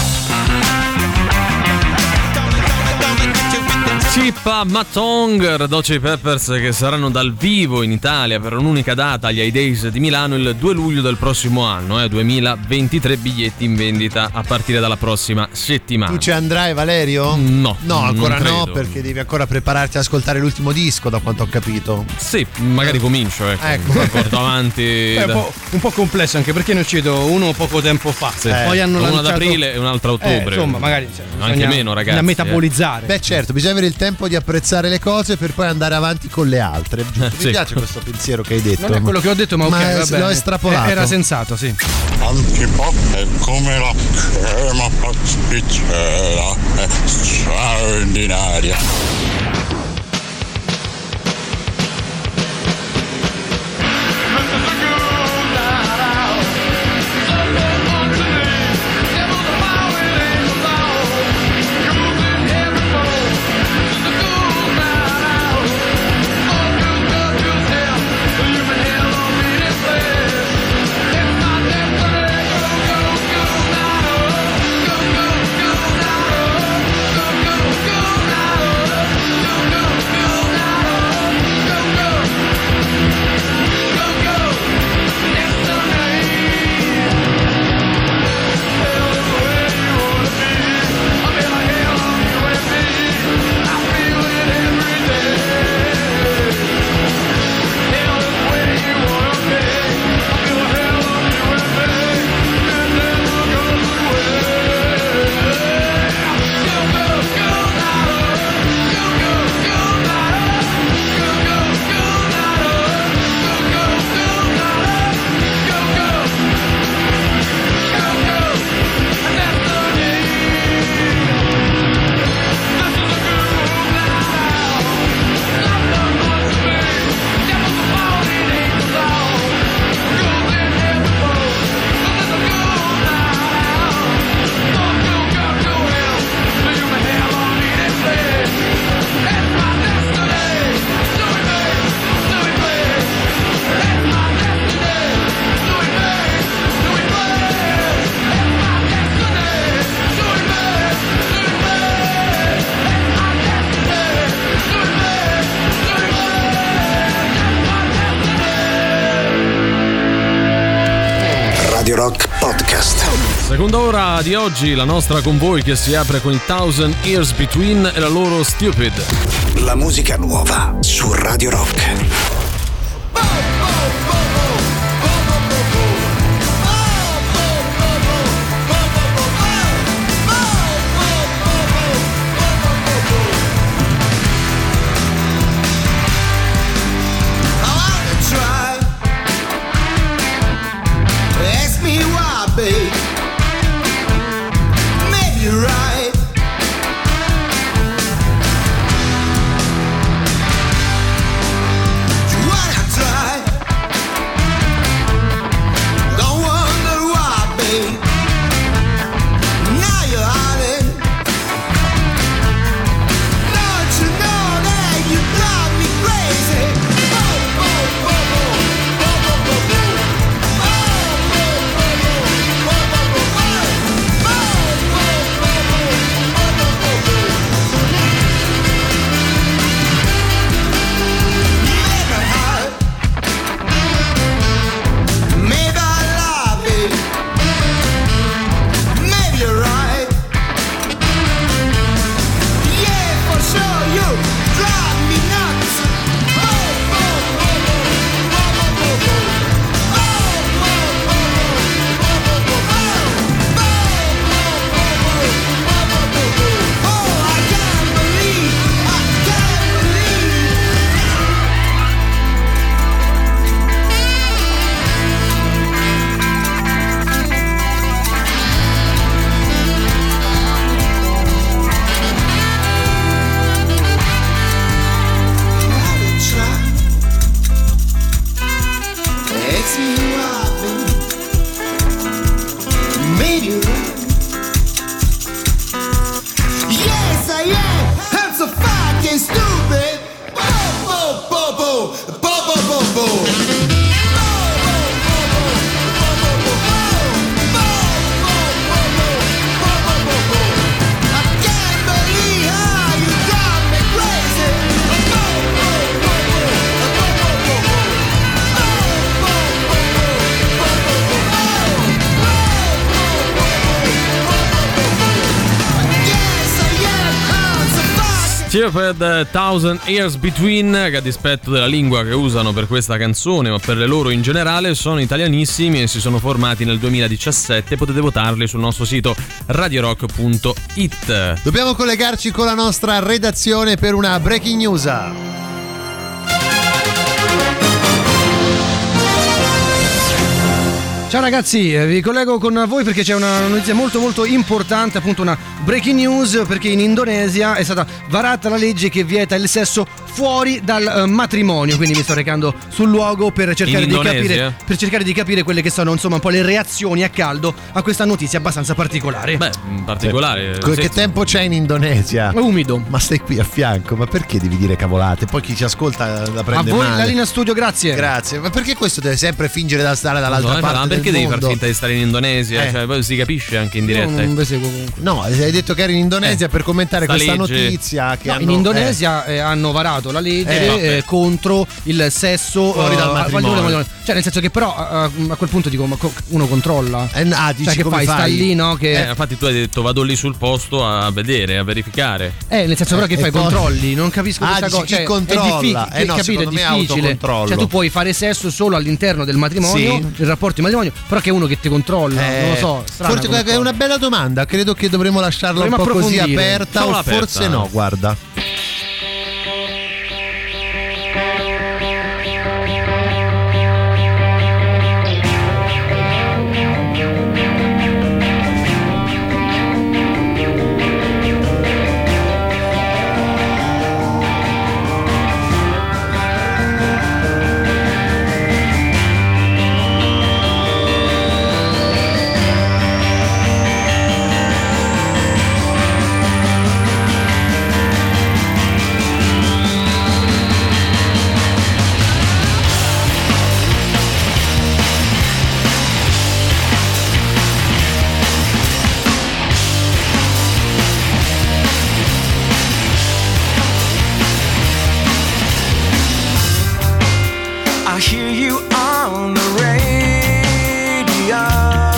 S6: Gonna get you with the
S3: Chippa Matong, Red Hot Chili Peppers, che saranno dal vivo in Italia per un'unica data agli High Days di Milano il 2 luglio del prossimo anno, 2023, biglietti in vendita a partire dalla prossima settimana.
S5: Tu ci andrai, Valerio?
S3: No.
S5: No, ancora
S3: non
S5: no,
S3: credo.
S5: perché devi ancora prepararti ad ascoltare l'ultimo disco, da quanto ho capito.
S3: Sì, magari comincio, ecco. Porto avanti.
S4: È un po' complesso, anche perché ne è uscito uno poco tempo fa. Poi hanno
S3: uno
S4: lanciato
S3: ad aprile e un altro a ottobre.
S4: Insomma, magari
S3: anche meno, ragazzi.
S4: Da metabolizzare.
S5: Beh, certo, bisogna avere il tempo di apprezzare le cose per poi andare avanti con le altre. Mi
S3: sì.
S5: piace questo pensiero che hai detto.
S4: Non è quello che ho detto, ma ok, va bene.
S5: l'ho estrapolato.
S4: Era sensato, sì.
S2: Antipop è come la crema pasticcera, è straordinaria.
S1: Radio Rock Podcast.
S3: Seconda ora di oggi, la nostra con voi che si apre con i Thousand Years Between e la loro Stupid.
S1: La musica nuova su Radio Rock.
S3: Stupid, Thousand Years Between, che a dispetto della lingua che usano per questa canzone, ma per le loro in generale, sono italianissimi e si sono formati nel 2017. Potete votarli sul nostro sito radiorock.it.
S5: Dobbiamo collegarci con la nostra redazione per una breaking news.
S4: Ciao ragazzi, vi collego con voi perché c'è una notizia molto molto importante, appunto una breaking news, perché in Indonesia è stata varata la legge che vieta il sesso fuori dal matrimonio, quindi mi sto recando sul luogo per cercare di capire quelle che sono insomma un po' le reazioni a caldo a questa notizia abbastanza particolare.
S3: Beh, particolare.
S5: Che tempo c'è in Indonesia?
S4: Umido.
S5: Ma stai qui a fianco, ma perché devi dire cavolate? Poi chi ci ascolta la prende
S4: male. A voi
S5: male.
S4: la linea studio, grazie.
S5: Grazie, ma perché questo deve sempre fingere da stare dall'altra parte?
S3: Ma perché devi far finta di stare in Indonesia?
S5: Eh.
S3: Cioè, poi si capisce anche in diretta.
S4: Non vi seguo comunque.
S5: No, hai detto che eri in Indonesia per commentare questa notizia che
S4: in Indonesia hanno varato la legge contro il sesso
S5: fuori dal matrimonio.
S4: Cioè nel senso che però a quel punto dico, ma uno controlla?
S5: Dici,
S4: cioè che
S5: come
S4: fai? Sta lì, no? Che
S3: infatti tu hai detto vado lì sul posto a vedere, a verificare.
S4: Nel senso però che fai controlli? Non capisco questa cosa.
S5: Chi controlla?
S4: Capire, è difficile. Cioè tu puoi fare sesso solo all'interno del matrimonio, il rapporto di matrimonio, però che è uno che ti controlla, non lo so.
S5: Forse è una bella domanda, credo che dovremmo lasciarla un po' così aperta, o forse no, guarda.
S6: I hear you on the radio.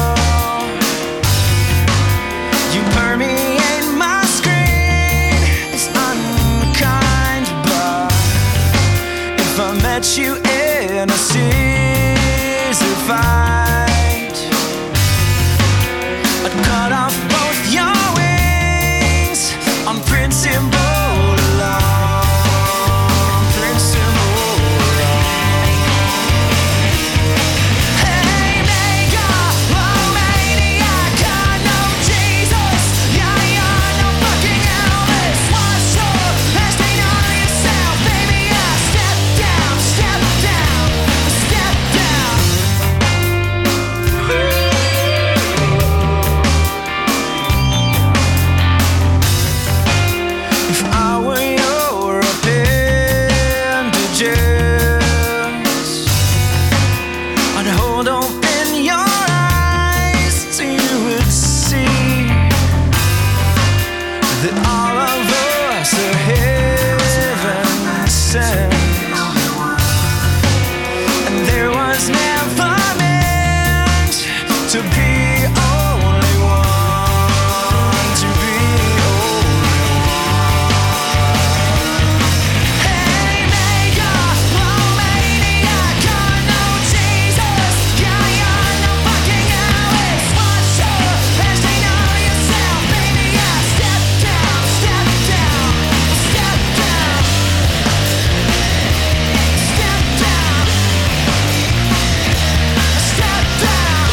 S6: put you in a scissor fight. I'd cut off both your wings on principle alone, principle alone. Hey, megalomaniac, I know Jesus. Yeah, you're no fucking Elvis. What's your last name on yourself, baby? Yeah, step down, step down, step down. If I were your appendages, I'd hold open your eyes so you would see that all of us are heaven sent, and there was never meant to be only one, to be only one. Hey, megalomaniac, I know Jesus. Yeah, you're no fucking Elvis. What's your last name on yourself, baby? Yeah, step down, step down, step down, step down, step down,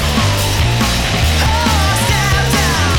S6: oh, step down.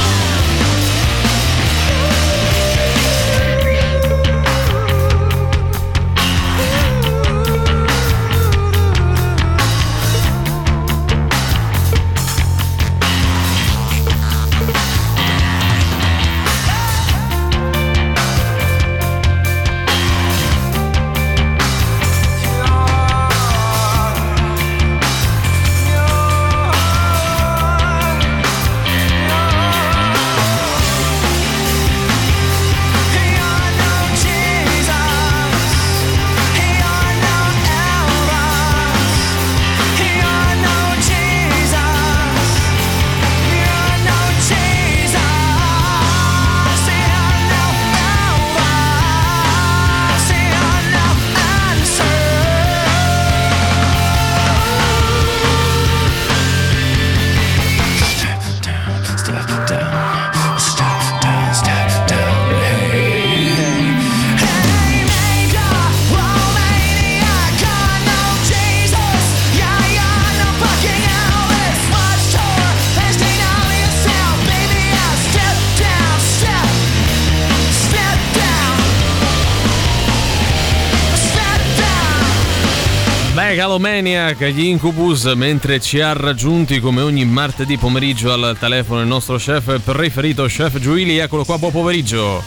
S3: Megalomaniac, gli Incubus, mentre ci ha raggiunti come ogni martedì pomeriggio al telefono il nostro chef preferito, Chef Giuili. Eccolo qua, buon pomeriggio.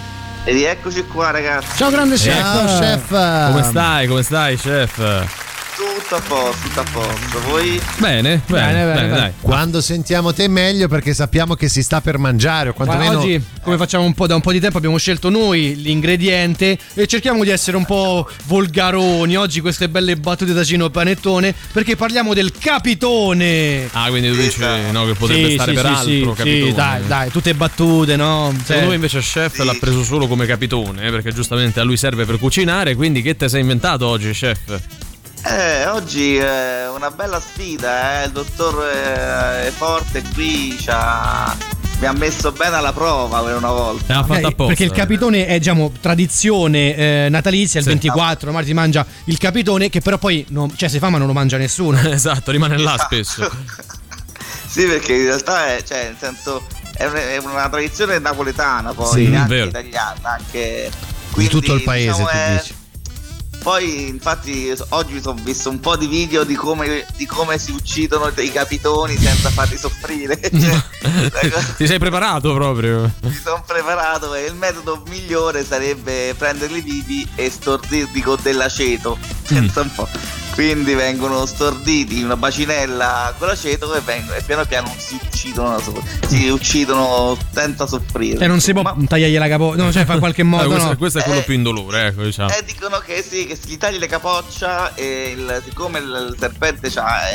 S14: E rieccoci qua, ragazzi.
S4: Ciao grande chef.
S5: Ciao chef.
S3: Come stai chef?
S14: Tutto a posto. Voi?
S3: Bene, dai.
S5: Quando sentiamo te meglio, perché sappiamo che si sta per mangiare, o quantomeno
S4: oggi, come facciamo da un po' di tempo, abbiamo scelto noi l'ingrediente e cerchiamo di essere un po' volgaroni. Oggi queste belle battute da Gino Panettone, perché parliamo del capitone.
S3: Ah, quindi tu dici no, che potrebbe stare per altro, capitone.
S4: Sì, dai, tutte battute, no?
S3: Secondo me invece chef l'ha preso solo come capitone, perché giustamente a lui serve per cucinare. Quindi che te sei inventato oggi, chef?
S14: Oggi è una bella sfida, il dottor è forte qui, mi ha messo bene alla prova per una volta.
S3: L'ha fatta apposta.
S4: Perché il capitone è, diciamo, tradizione natalizia, il 24 marzo si mangia il capitone, che però poi se fa ma non lo mangia nessuno.
S3: Esatto, rimane là spesso.
S14: Sì, perché in realtà nel senso è una tradizione napoletana, poi anche italiana, anche
S5: quindi, di tutto il paese, tu dici.
S14: Poi infatti oggi ho visto un po' di video di come si uccidono i capitoni senza farli soffrire.
S3: Ti sei preparato proprio?
S14: Mi sono preparato, e il metodo migliore sarebbe prenderli vivi e stordirli con dell'aceto. Pensa un po'. Quindi vengono storditi in una bacinella con l'aceto e piano piano si uccidono senza soffrire.
S4: E non si può tagliargli la capoccia, no, cioè fa qualche modo.
S3: Questo è quello più indolore, ecco, diciamo.
S14: Dicono che sì, che gli tagli la capoccia e siccome il serpente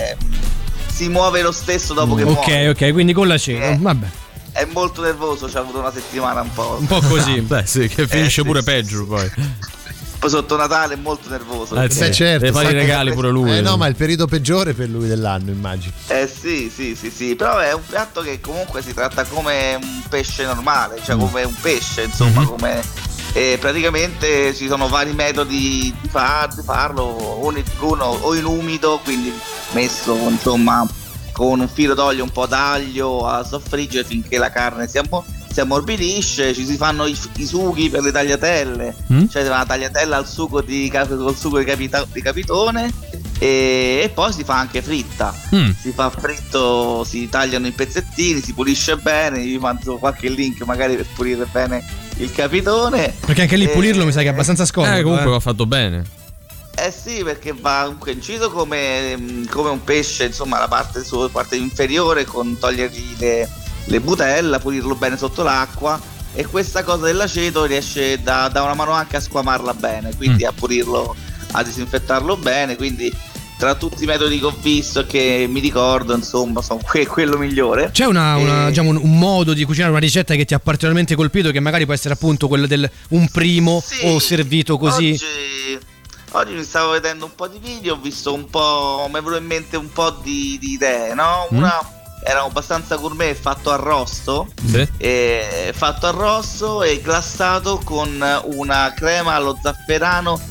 S14: si muove lo stesso dopo che muore.
S4: Ok, quindi con l'aceto, vabbè.
S14: È molto nervoso, ci ha avuto una settimana un po'
S4: così.
S3: Beh sì, che finisce pure peggio poi.
S14: poi sotto Natale è molto nervoso.
S3: Sì.
S5: Certo,
S3: deve fare i regali pure lui.
S5: No, ma è il periodo peggiore per lui dell'anno, immagino.
S14: Sì, però è un piatto che comunque si tratta come un pesce normale, cioè come un pesce, insomma, come praticamente ci sono vari metodi di farlo, o in umido, quindi messo insomma con un filo d'olio, un po' d'aglio a soffriggere finché la carne si ammorbidisce. Ci si fanno i sughi per le tagliatelle, cioè una tagliatella al sugo col sugo di capitone, e poi si fa anche fritta. Si fa fritto, si tagliano in pezzettini, si pulisce bene. Vi mando qualche link magari per pulire bene il capitone,
S4: perché anche lì pulirlo mi sa che è abbastanza scomodo.
S3: Comunque va fatto bene.
S14: Sì, perché va comunque inciso come un pesce, insomma, la parte inferiore, con togliergli le butelle, pulirlo bene sotto l'acqua, e questa cosa dell'aceto riesce da una mano anche a squamarla bene, quindi a pulirlo, a disinfettarlo bene. Quindi tra tutti i metodi che ho visto e che mi ricordo, insomma, sono quello migliore.
S4: C'è diciamo, un modo di cucinare, una ricetta che ti ha particolarmente colpito, che magari può essere appunto quello del un primo o servito così?
S14: Oggi mi stavo vedendo un po' di video, ho visto un po', mi è venuto in mente un po' di idee, no? Una era abbastanza gourmet, fatto arrosto, fatto arrosto e glassato con una crema allo zafferano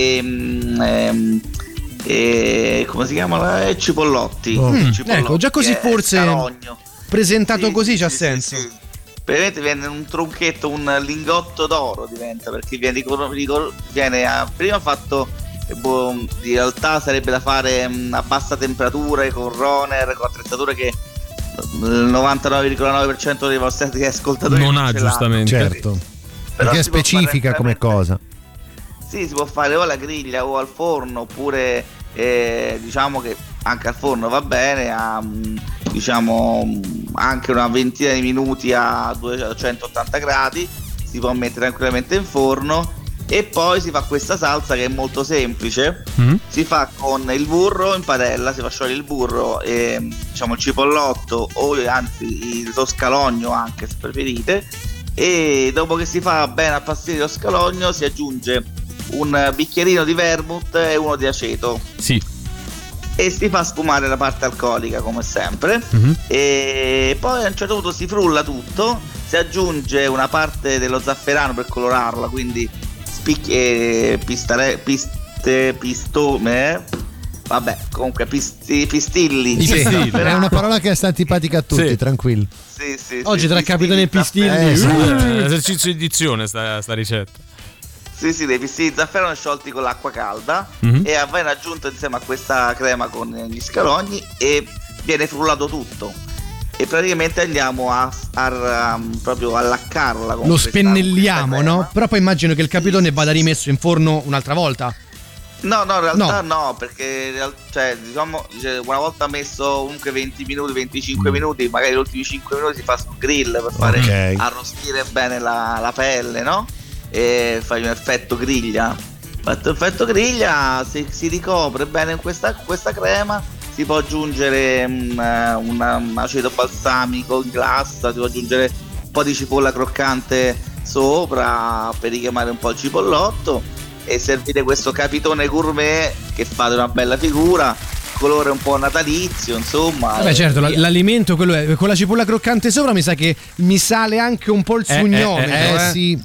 S14: e come si chiama? Cipollotti.
S4: Ecco, già così forse
S14: scalogno.
S4: Presentato così c'ha senso.
S14: Sì. Praticamente viene un tronchetto, un lingotto d'oro diventa, perché viene prima fatto, in realtà sarebbe da fare a bassa temperatura, con roner, con attrezzature che il 99,9% dei vostri ascoltatori
S3: non ha, giustamente.
S5: Certo, perché è specifica come cosa.
S14: Sì, si può fare o alla griglia o al forno, oppure diciamo che anche al forno va bene, diciamo anche una ventina di minuti a 280 gradi si può mettere tranquillamente in forno. E poi si fa questa salsa che è molto semplice, si fa con il burro in padella, si fa sciogliere il burro e diciamo il cipollotto, o anzi lo scalogno anche se preferite, e dopo che si fa bene appastire lo scalogno si aggiunge un bicchierino di vermouth e uno di aceto.
S3: Sì.
S14: E si fa sfumare la parte alcolica come sempre, e poi a un certo punto si frulla tutto, si aggiunge una parte dello zafferano per colorarla, quindi pistilli.
S5: È una parola che sta antipatica a tutti, tranquilli.
S14: Sì,
S4: oggi tra capitano e pistilli
S3: esercizio di dizione sta ricetta.
S14: Sì, dei pistilli di zafferano sciolti con l'acqua calda e viene aggiunto insieme a questa crema con gli scalogni e viene frullato tutto. E praticamente andiamo proprio a laccarla.
S4: Lo spennelliamo, no? Però poi immagino che il capitone vada rimesso in forno un'altra volta.
S14: No, in realtà no, perché diciamo una volta messo comunque 20 minuti, 25 minuti, magari gli ultimi 5 minuti si fa sul grill per fare arrostire bene la pelle, no? E fai un effetto griglia. Fatto effetto griglia, si ricopre bene questa crema. Si può aggiungere un aceto balsamico in glassa, si può aggiungere un po' di cipolla croccante sopra per richiamare un po' il cipollotto e servire questo capitone gourmet che fa una bella figura, colore un po' natalizio, insomma.
S4: Vabbè, certo, l'alimento quello è, con la cipolla croccante sopra mi sa che mi sale anche un po' il sugnometro.
S5: Sì.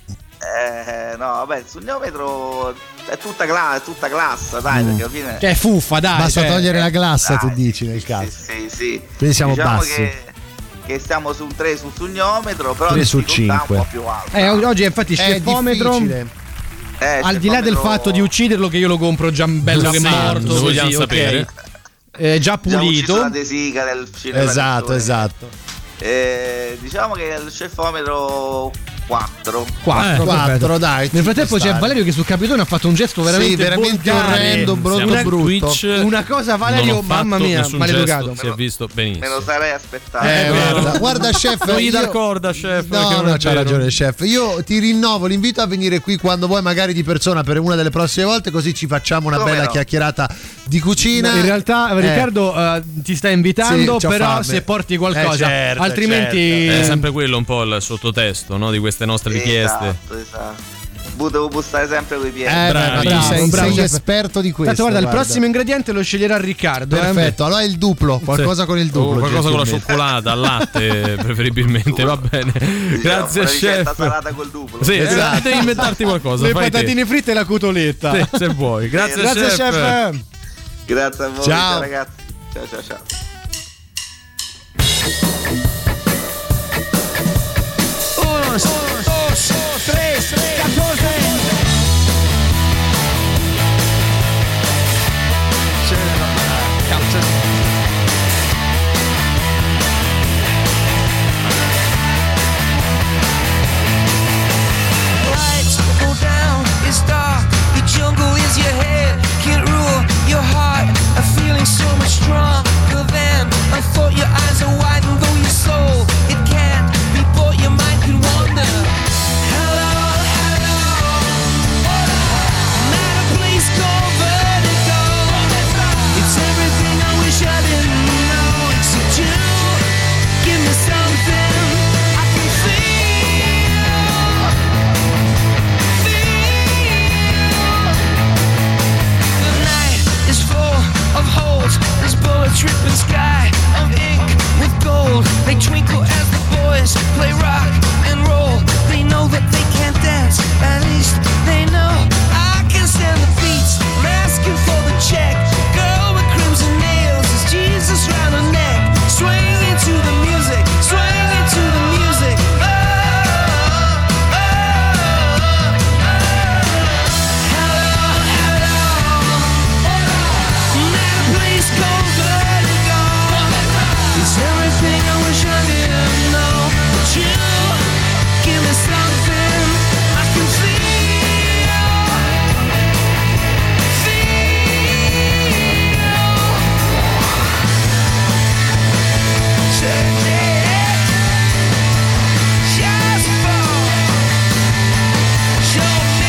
S14: No, vabbè, il sugnometro è tutta glassa, dai, perché alla fine
S4: che è fuffa, dai.
S5: Basta togliere la glassa, tu dici nel caso.
S14: Sì.
S5: Quindi siamo
S14: diciamo
S5: bassi.
S14: Che stiamo su un 3 sul sugnometro, però
S5: 3 su 5.
S14: un po' più alto.
S4: Oggi infatti il scefometro, al di là del fatto di ucciderlo, che io lo compro già bello che morto,
S3: lo vogliamo sapere.
S4: Già pulito.
S14: La desica del cinema.
S5: Esatto.
S14: Diciamo che il scefometro 4,
S5: dai.
S4: Nel frattempo c'è Valerio che sul capitone ha fatto un gesto veramente
S5: orrendo, brutto.
S4: Una cosa, Valerio, mamma mia, maleducato.
S3: Si è visto benissimo.
S14: Me lo sarei aspettato.
S5: Guarda chef,
S3: non gli dà corda, chef.
S5: No, c'ha ragione chef. Io ti rinnovo l'invito a venire qui quando vuoi, magari di persona per una delle prossime volte, così ci facciamo una bella chiacchierata di cucina.
S4: In realtà Riccardo ti sta invitando, però se porti qualcosa, altrimenti
S3: è sempre quello un po' il sottotesto, no, di queste nostre richieste.
S14: Esatto. devo bussare sempre coi piedi.
S5: Sei esperto di questo.
S4: Guarda, il prossimo ingrediente lo sceglierà Riccardo.
S5: Perfetto, allora è il duplo, qualcosa con il duplo.
S3: Qualcosa con la cioccolata, al latte preferibilmente, va bene. Grazie
S14: una
S3: chef.
S14: ricetta salata col duplo.
S3: Sì, devi inventarti qualcosa.
S4: Le patatine fritte e la cotoletta.
S3: Sì, se vuoi. Grazie chef.
S14: Grazie a voi.
S5: Ciao
S14: ragazzi. Ciao.
S6: Lights go down, it's dark, the jungle is your head, can't rule your heart, a feeling so much stronger than I thought. Your eyes are wide and though your soul, it can't be bought, your mind can wander. Hello, I'm at a place called Vertigo. It's everything I wish I didn't know, except you give me something I can feel. Of holes, this bullet tripping sky of ink with gold. They twinkle as the boys play rock and roll. They know that they can't dance, at least they know I can stand the beats. I'm asking for the check. Girl with crimson nails is Jesus round her neck. Swing into the music, swing into the music. Everything I wish I didn't know, but you give me something I can feel. Check it, just fall, show me.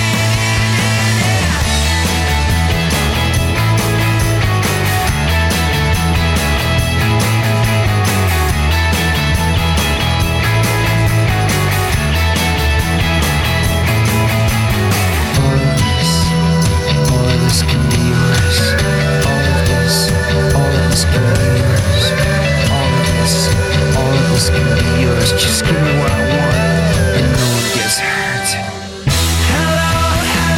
S6: Just give me what I want, and no one gets hurt. Hello,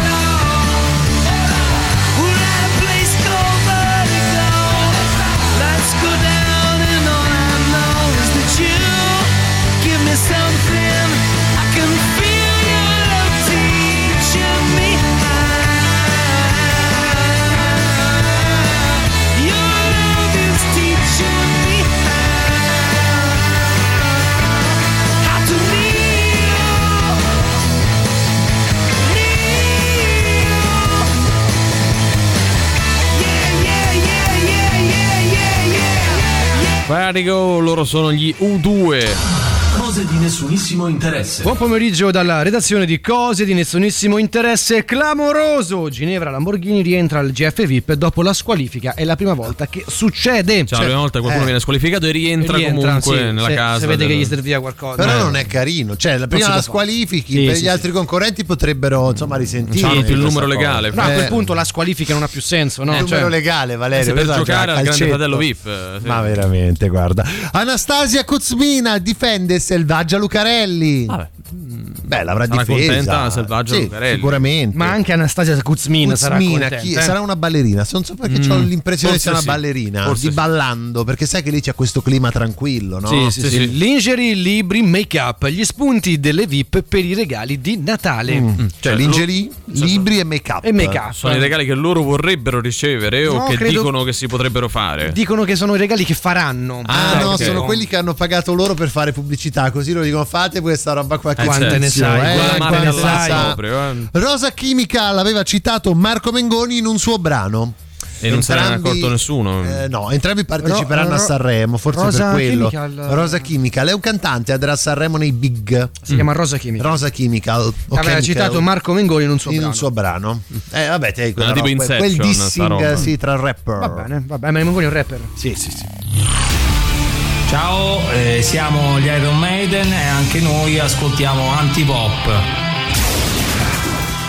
S6: we're at a place called Vertigo. Lights go down, and all I know is that you give me something I can feel. Your love teaching me how. Your love is teaching me
S3: Vertigo, loro sono gli U2.
S15: Cose di nessunissimo interesse.
S4: Buon pomeriggio dalla redazione di Cose di nessunissimo interesse. Clamoroso! Ginevra Lamborghini rientra al GF VIP dopo la squalifica. È la prima volta che succede.
S3: Cioè, la prima volta qualcuno viene squalificato e rientra comunque nella casa.
S4: Se vede che gli serviva qualcosa.
S5: Però non è carino. Cioè, la prima la squalifichi, per gli altri concorrenti potrebbero insomma risentire.
S3: Non hanno più il numero legale.
S4: No, a quel punto la squalifica non ha più senso, no?
S5: Il numero legale, Valerio.
S3: Per giocare al Grande Fratello VIP. Sì.
S5: Ma veramente, guarda. Anastasia Kuzmina difende Selvaggia Lucarelli.
S3: Vabbè.
S5: Beh, l'avrà
S3: sarà
S5: difesa.
S3: Contenta Selvaggia Lucarelli.
S5: Sicuramente.
S4: Ma anche Anastasia Kuzmina sarà contenta.
S5: Sarà una ballerina. Non so perché ho l'impressione che sia una ballerina.
S3: Forse
S5: di ballando, perché sai che lì c'è questo clima tranquillo, no?
S4: Sì. Lingerie, libri, make-up, gli spunti delle VIP per i regali di Natale.
S5: Cioè lingerie, libri e make-up.
S4: E make-up.
S3: Sono i regali che loro vorrebbero ricevere o che dicono che si potrebbero fare?
S4: Dicono che sono i regali che faranno.
S5: No, sono quelli che hanno pagato loro per fare pubblicità, così lo dicono: fate questa roba qua.
S4: Quante ne sai?
S5: Rosa Chemical aveva citato Marco Mengoni in un suo brano.
S3: E non se ne è accorto nessuno.
S5: No, entrambi parteciperanno a Sanremo, forse
S4: Rosa
S5: per quello.
S4: Chemical.
S5: Rosa Chemical è un cantante, andrà a Sanremo nei Big.
S4: Si chiama Rosa Chemical.
S5: Rosa Chemical.
S4: Aveva citato Marco Mengoni in un suo brano.
S5: Vabbè, te quella
S3: tipo
S5: roba, quel dissing tra rapper.
S4: Va bene, ma Mengoni è un rapper.
S5: Sì.
S16: Ciao, siamo gli Iron Maiden e anche noi ascoltiamo Antipop.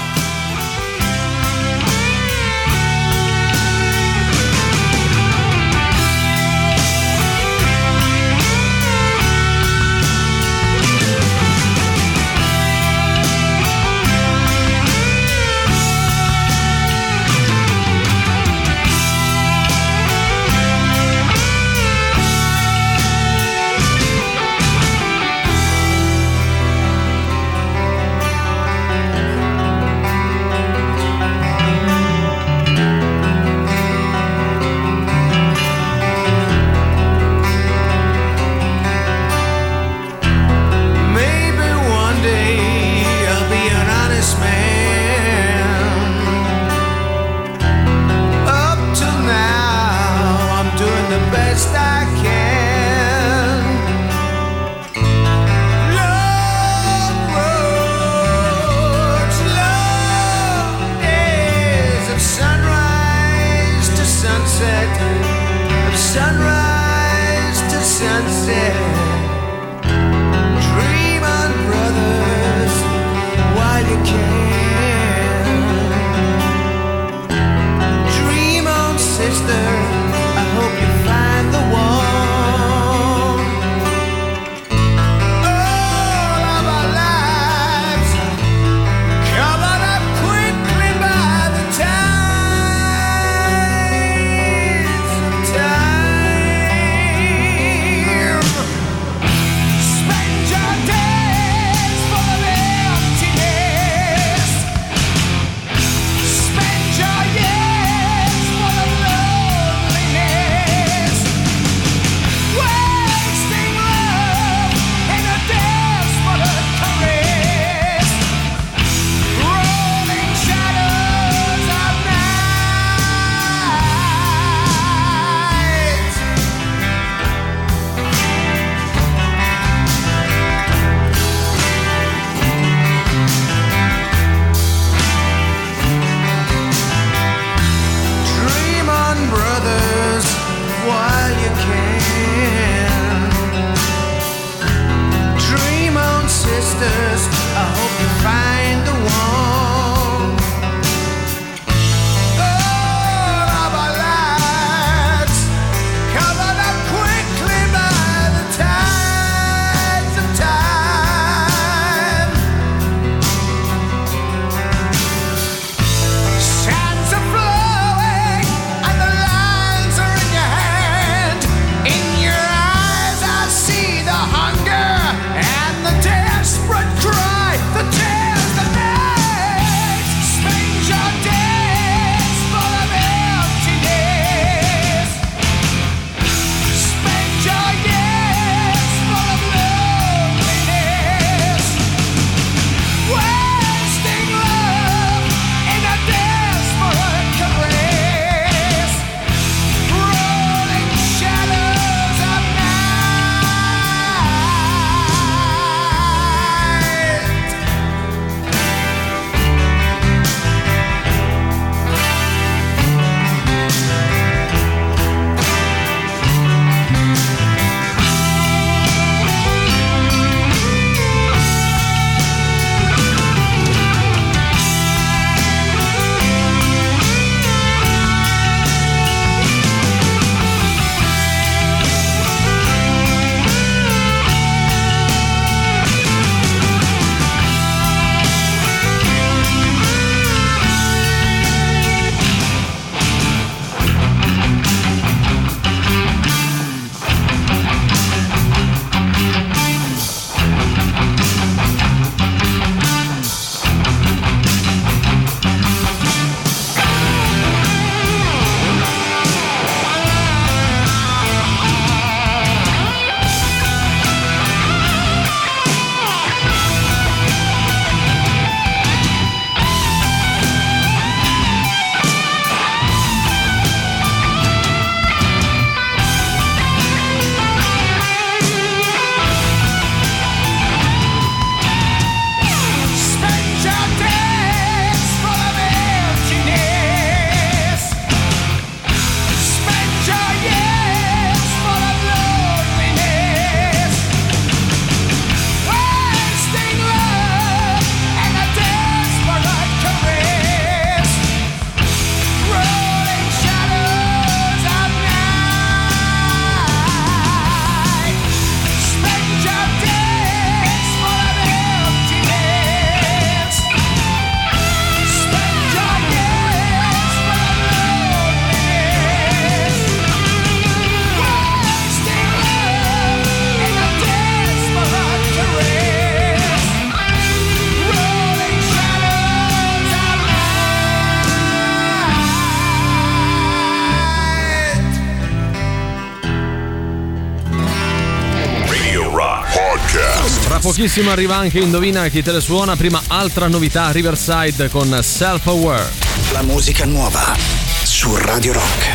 S3: pochissimo arriva anche Indovina chi te le suona. Prima altra novità, Riverside con Self Aware.
S1: La musica nuova su Radio Rock.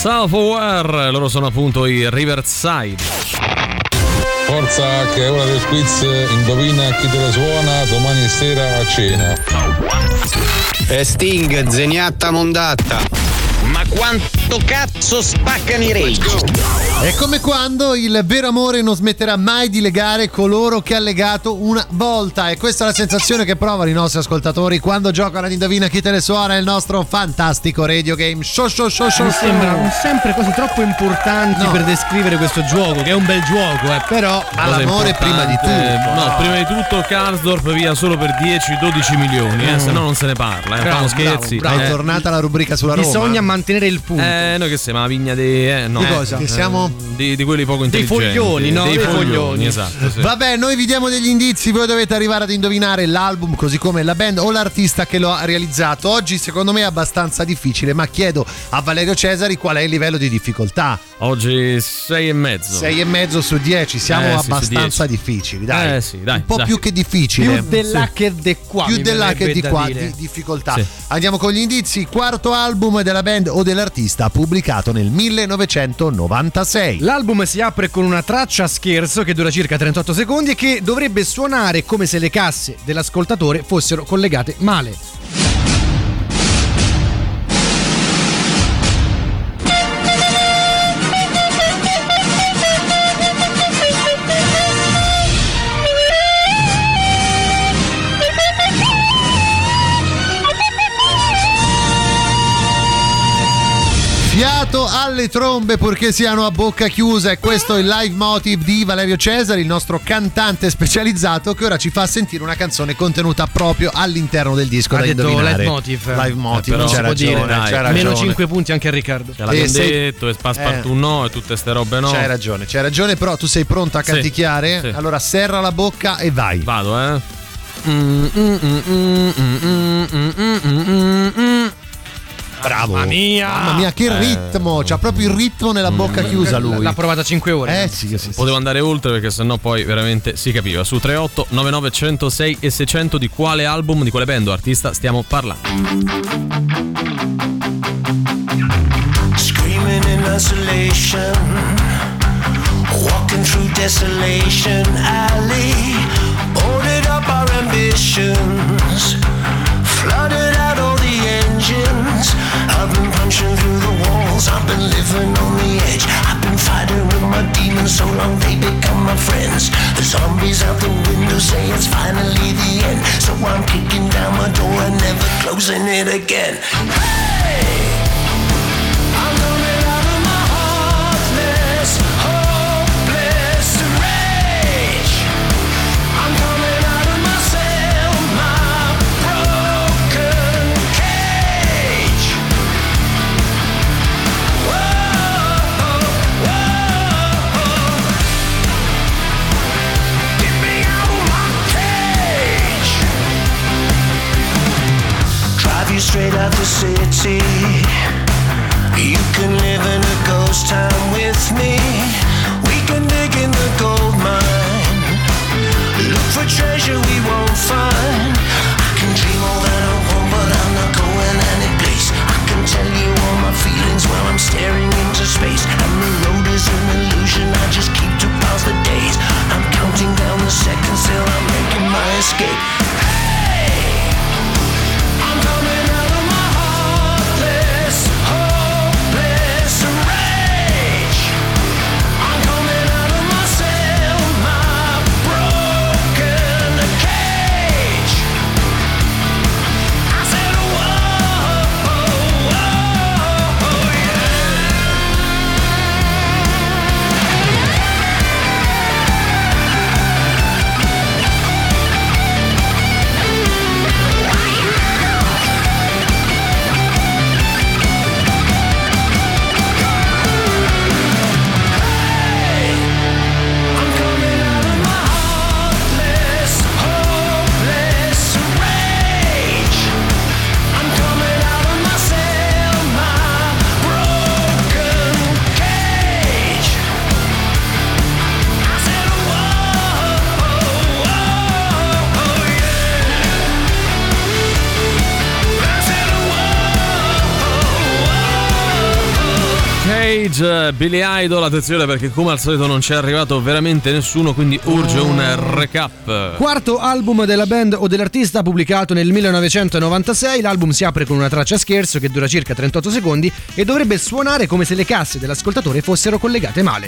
S3: Self-Aware, loro sono appunto i Riverside.
S17: Forza che è ora del quiz, indovina chi te la suona domani sera a cena.
S18: Sting, Zeniatta Mondatta. Ma quanto cazzo spaccano i Rage?
S5: È come quando il vero amore non smetterà mai di legare coloro che ha legato una volta, e questa è la sensazione che provano i nostri ascoltatori quando giocano ad Indovina chi te le suona, il nostro fantastico radio game show.
S4: Mi sembrano sempre cose troppo importanti per descrivere questo gioco, che è un bel gioco, però
S5: l'amore prima di tutto.
S3: No, prima di tutto Karsdorp via solo per 10-12 milioni, se no non se ne parla,
S5: Bravo,
S3: scherzi.
S5: bravo. È tornata la rubrica sulla Roma.
S4: Bisogna mantenere il punto.
S3: Noi che siamo la vigna di
S5: di cosa? Che siamo
S3: di quelli poco intelligenti.
S4: Dei foglioni, no?
S3: Dei foglioni, esatto. Sì.
S5: Vabbè, noi vi diamo degli indizi, voi dovete arrivare ad indovinare l'album, così come la band o l'artista che lo ha realizzato. Oggi secondo me è abbastanza difficile, ma chiedo a Valerio Cesari qual è il livello di difficoltà.
S3: Oggi 6,5.
S5: 6,5 su 10, siamo abbastanza difficili, dai.
S3: Dai.
S5: Un po' più che difficile.
S4: Più dell'A che di qua.
S5: Più dell'A che di qua di difficoltà.
S3: Sì.
S5: Andiamo con gli indizi. Quarto album della band o dell'artista, pubblicato nel 1996.
S4: L'album si apre con una traccia scherzo che dura circa 38 secondi e che dovrebbe suonare come se le casse dell'ascoltatore fossero collegate male.
S5: Fiato alle trombe purché siano a bocca chiusa, e questo è il live motive di Valerio Cesari, il nostro cantante specializzato, che ora ci fa sentire una canzone contenuta proprio all'interno del disco.
S4: Ha
S5: da
S4: detto
S5: indovinare.
S4: live motive.
S5: Live motive,
S3: però
S5: c'è
S3: si può
S5: ragione,
S3: dire, dai.
S5: c'è ragione.
S4: Meno 5 punti anche a Riccardo.
S3: Ce l'abbiamo detto, e Passepartout no, e tutte ste robe no.
S5: C'hai ragione, però tu sei pronto a canticchiare?
S3: Sì.
S5: Allora serra la bocca e vai.
S3: Vado,
S5: Bravo.
S4: Mamma mia,
S5: che ritmo! C'ha proprio il ritmo nella bocca chiusa lui.
S4: L'ha provata 5 ore.
S5: Sì.
S3: Potevo andare oltre, perché sennò poi veramente si capiva. Su 38 99 106 e 600 di quale album, di quale band o artista stiamo parlando.
S6: Screaming in isolation, walking through desolation alley, boarded up our ambitions, flooded out all the engines. I've been punching through the walls, I've been living on the edge, I've been fighting with my demons so long they become my friends. The zombies out the window say it's finally the end, so I'm kicking down my door and never closing it again. Hey! I'm coming out of my heartless, hopeless rage. I'm coming out of myself, my broken cage. Whoa, whoa. Get me out of my cage. Drive you straight out the city. You can live in a ghost town with me. We can dig in the gold mine, look for treasure we won't find. I can dream all that I want, but I'm not going any place. I can tell you all my feelings while I'm staring into space. And the road is an illusion, I just keep to pass the days. I'm counting down the seconds till I'm making my escape. Hey! I'm coming out of my heartless, hopeless rage.
S3: Mage, Billy Idol, attenzione perché come al solito non c'è arrivato veramente nessuno, quindi urge un recap.
S4: Quarto album della band o dell'artista pubblicato nel 1996, l'album si apre con una traccia scherzo che dura circa 38 secondi e dovrebbe suonare come se le casse dell'ascoltatore fossero collegate male.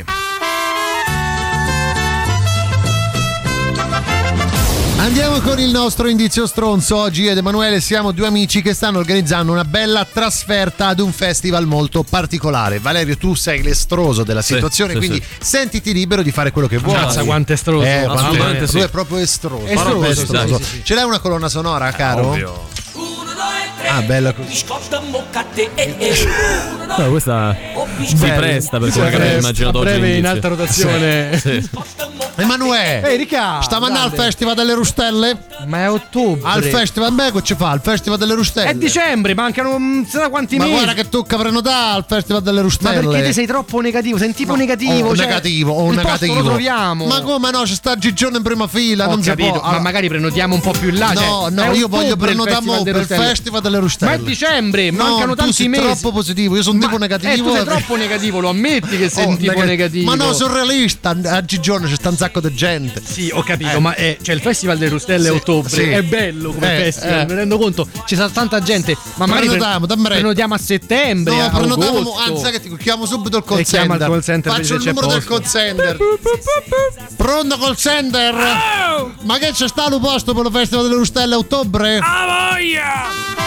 S5: Andiamo con il nostro indizio stronzo. Oggi io ed Emanuele siamo due amici che stanno organizzando una bella trasferta ad un festival molto particolare. Valerio, tu sei l'estroso della situazione,
S3: sì,
S5: quindi
S3: sì.
S5: sentiti libero di fare quello che vuoi.
S4: Cazzo, quanto è estroso.
S3: Assolutamente sì.
S5: Tu è proprio estroso.
S4: Estroso.
S5: Sì. Ce l'hai una colonna sonora, caro?
S3: Ovvio.
S5: Ah, bella così.
S3: No, questa si presta per quello che hai immaginato oggi.
S4: Breve in alta rotazione.
S3: Sì.
S5: Emanuele,
S4: ehi Riccardo,
S5: stiamo andando al Festival delle Rustelle?
S4: Ma è ottobre.
S5: Al Festival, beh, che ci fa? Il Festival delle Rustelle?
S4: È dicembre, mancano non so quanti mesi.
S5: Ma guarda che tocca prenotare al Festival delle Rustelle.
S4: Ma perché te sei troppo negativo? Sei un tipo negativo.
S5: Negativo.
S4: Il posto lo troviamo.
S5: Ma come no? C'è sta Gigione in prima fila. Non
S4: capito,
S5: si può.
S4: ma magari prenotiamo un po' più in là.
S5: No, io voglio prenotare per il Festival delle Rustelle.
S4: Ma è dicembre, mancano tanti mesi.
S5: Ma tu sei troppo positivo, io sono tipo negativo.
S4: Tu sei troppo negativo, lo ammetti che sei un tipo negativo.
S5: Ma no, sono realista. A Gigione c'è sta un sacco di gente.
S4: Sì, ho capito, ma cioè il Festival delle Rustelle a ottobre è bello come festival, mi rendo conto, ci sarà tanta gente, ma magari prenotiamo a settembre.
S5: No, prenotiamo, anzi che ti chiamo subito il call center.
S4: Il call center.
S5: Faccio il numero del call center. Pronto call center?
S6: Oh!
S5: Ma che c'è sta un posto per il Festival delle Rustelle a ottobre?
S6: A voglia!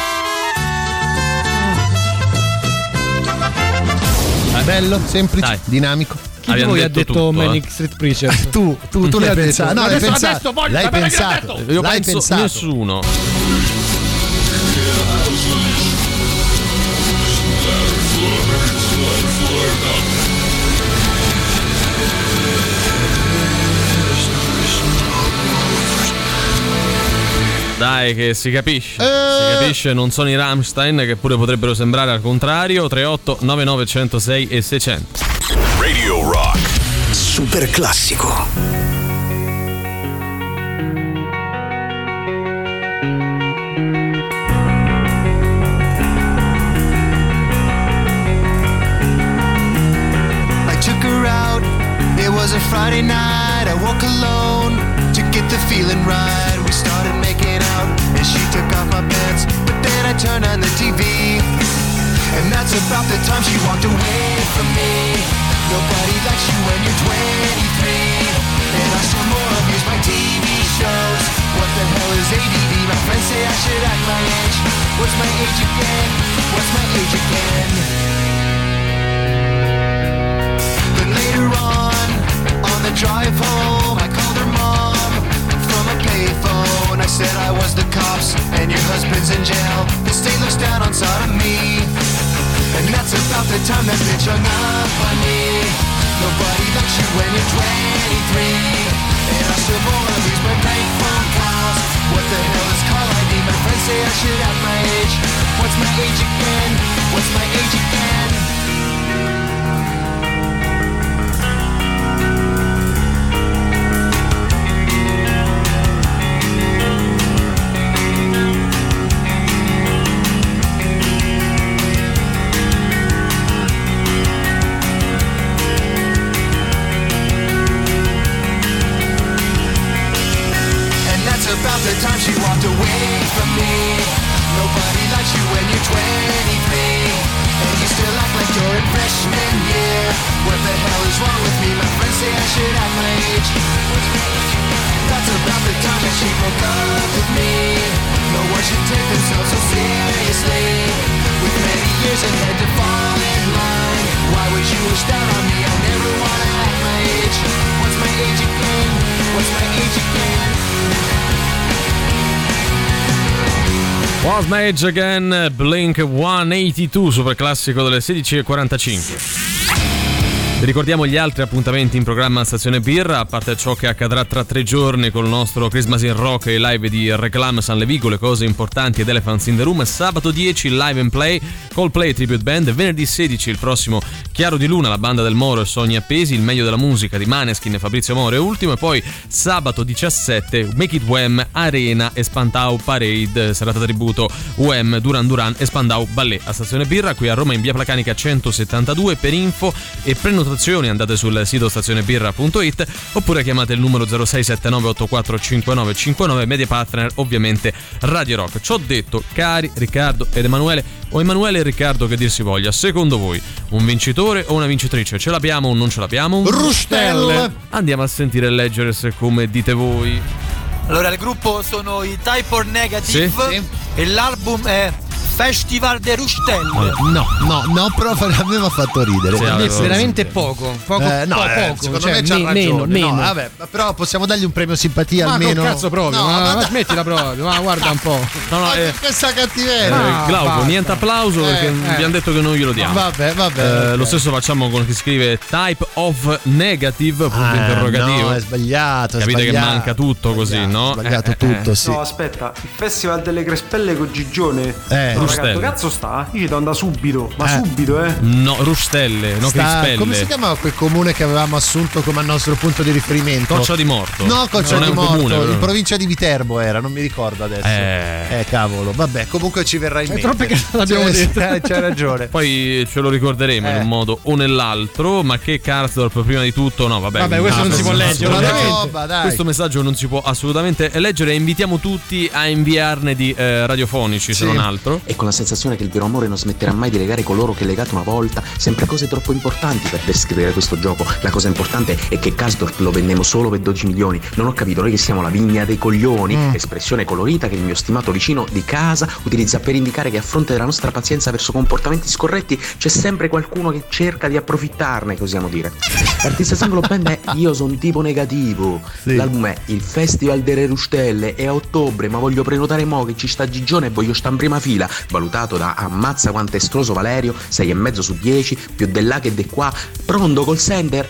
S5: Bello, semplice, dinamico.
S4: Chi di voi ha detto Manic Street Preacher?
S5: Tu l'hai pensato. No, l'hai pensato.
S4: L'hai pensato.
S3: Io penso nessuno. Dai che si capisce. Si capisce, non sono i Rammstein, che pure potrebbero sembrare al contrario. 38 99 106 e 600.
S1: Radio Rock super classico.
S6: It was a Friday night, I woke alone to get the feeling right. We started making out and she took off my pants, but then I turned on the TV and that's about the time she walked away from me. Nobody likes you when you're 23 and I still more abuse my TV shows. What the hell is ADD? My friends say I should act my age. What's my age again? What's my age again? But later on the drive home, I called her mom from a payphone. I said I was the cops and your husband's in jail. The state looks down on sodomy, and that's about the time that bitch hung up on me. Nobody likes you when you're 23, and I still more abuse my prank phone calls. What the hell is call ID? My friends say I should have my age. What's my age again? What's my age again? About the time she walked away from me. Nobody likes you when you're 23, and you still act like you're in freshman year. What the hell is wrong with me? My friends say I should have my age. That's about the time that she broke up with me. No one should take themselves so seriously, with many years ahead to fall in line. Why would you wish down on me? I never wanna act my age. What's my age again? What's my age again?
S3: Was My Age Again, Blink 182, super classico delle 16:45. Vi ricordiamo gli altri appuntamenti in programma a Stazione Birra, a parte ciò che accadrà tra 3 giorni con il nostro Christmas in Rock e live di Reclam San Levigo, le cose importanti ed Elephants in the Room. Sabato 10 Live and Play, Coldplay Tribute Band. Venerdì 16 il prossimo Chiaro di Luna, la banda del Moro e Sogni Appesi, il meglio della musica di Maneskin e Fabrizio Moro e Ultimo. E poi sabato 17 Make It Wham, Arena e Spandau Parade, serata tributo Wham, Duran Duran e Spandau Ballet a Stazione Birra, qui a Roma in via Placanica 172. Per info e prenotazioni andate sul sito stazionebirra.it oppure chiamate il numero 0679845959. Media partner ovviamente Radio Rock. Ciò detto, cari Riccardo ed Emanuele, o Emanuele e Riccardo che dir si voglia, secondo voi un vincitore o una vincitrice? Ce l'abbiamo o non ce l'abbiamo?
S5: Rustel!
S3: Andiamo a sentire e leggere se come dite voi.
S19: Allora, il gruppo sono i Type or Negative,
S5: sì.
S19: E l'album è Festival de Rustel.
S5: No, però a me mi ha fatto ridere.
S4: Sì, veramente poco.
S5: Secondo me c'ha ragione.
S4: Meno.
S5: No, vabbè, però possiamo dargli un premio simpatia almeno.
S4: Ma cazzo proprio, ma smettila proprio, ma guarda un po'.
S5: Questa cattiveria.
S3: Glauco, niente applauso perché abbiamo detto che non glielo diamo.
S5: Vabbè.
S3: Okay. Lo stesso facciamo con chi scrive Type of Negative, punto interrogativo.
S5: No, è sbagliato.
S3: Capite che manca tutto così, no?
S5: Sbagliato tutto, sì.
S20: No, aspetta, il Festival delle Crespelle con Gigione. Ragazzo, cazzo sta? Io ci devo andare subito, ma subito,
S3: No, Rustelle, no Crispelle.
S5: Come si chiamava quel comune che avevamo assunto come nostro punto di riferimento?
S3: Coccia di Morto.
S5: No, Coccia di Morto,
S3: comune,
S5: in provincia di Viterbo era, non mi ricordo adesso. Cavolo, vabbè, comunque ci verrà in mente.
S4: Troppe che l'abbiamo detto.
S5: C'hai ragione.
S3: Poi ce lo ricorderemo in un modo o nell'altro, ma che Karsdorp prima di tutto, no, vabbè
S4: questo non si può leggere.
S3: Questo messaggio non si può assolutamente leggere e invitiamo tutti a inviarne di radiofonici, se non altro.
S21: E con la sensazione che il vero amore non smetterà mai di legare coloro che è legato una volta, sempre cose troppo importanti per descrivere questo gioco. La cosa importante è che Karsdorp lo vendemmo solo per 12 milioni. Non ho capito, noi che siamo la vigna dei coglioni, espressione colorita che il mio stimato vicino di casa utilizza per indicare che a fronte della nostra pazienza verso comportamenti scorretti c'è sempre qualcuno che cerca di approfittarne, che osiamo dire. L'artista singolo band è Io son tipo negativo. L'album è Il Festival delle Rustelle, è a ottobre, ma voglio prenotare mo che ci sta Gigione e voglio sta in prima fila. Valutato da ammazza quanto è estroso Valerio, 6,5 su 10, più dell'A che de qua. Pronto col sender?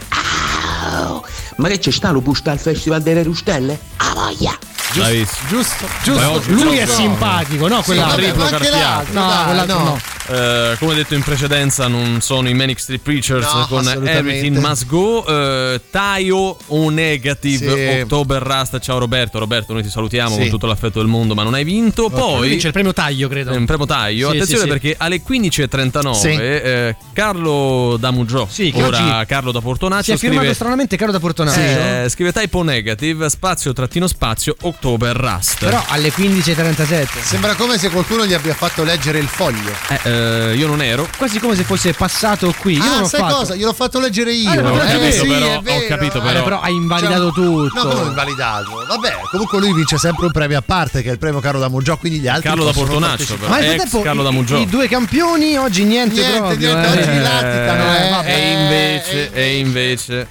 S21: Ma che c'è sta lo pusta al Festival delle Rustelle? A voglia!
S3: Giusto.
S4: Lui è simpatico, no? Quella
S3: triplo carpiato.
S4: No.
S3: Come detto in precedenza, non sono i Manic Street Preachers con Everything Must Go. Taio o Negative, October Rust. Ciao Roberto, noi ti salutiamo con tutto l'affetto del mondo, ma non hai vinto. Poi
S4: c'è il premio Taglio, credo.
S3: Un premio Taglio. Attenzione perché alle 15:39 Carlo da Mugiò, ora Carlo da Portonaccio,
S4: si è firmato stranamente Carlo da Portonaccio.
S3: Scrive Type O Negative, spazio October Rust.
S4: Però alle 15:37
S5: sembra come se qualcuno gli abbia fatto leggere il foglio.
S3: Io non ero.
S4: Quasi come se fosse passato qui. Io non l'ho
S5: sai
S4: fatto.
S5: Cosa? Gliel'ho fatto leggere io.
S3: Ho capito però.
S4: Però hai invalidato tutto.
S5: No, non ho invalidato. Vabbè, comunque lui vince sempre un premio a parte, che è il premio Carlo da Mugiò, quindi gli altri
S3: Carlo da Portonaccio, però.
S4: Ma nel frattempo
S3: Carlo da Mugiò.
S4: I due campioni oggi niente proprio.
S5: Oggi mi laticano.
S3: E invece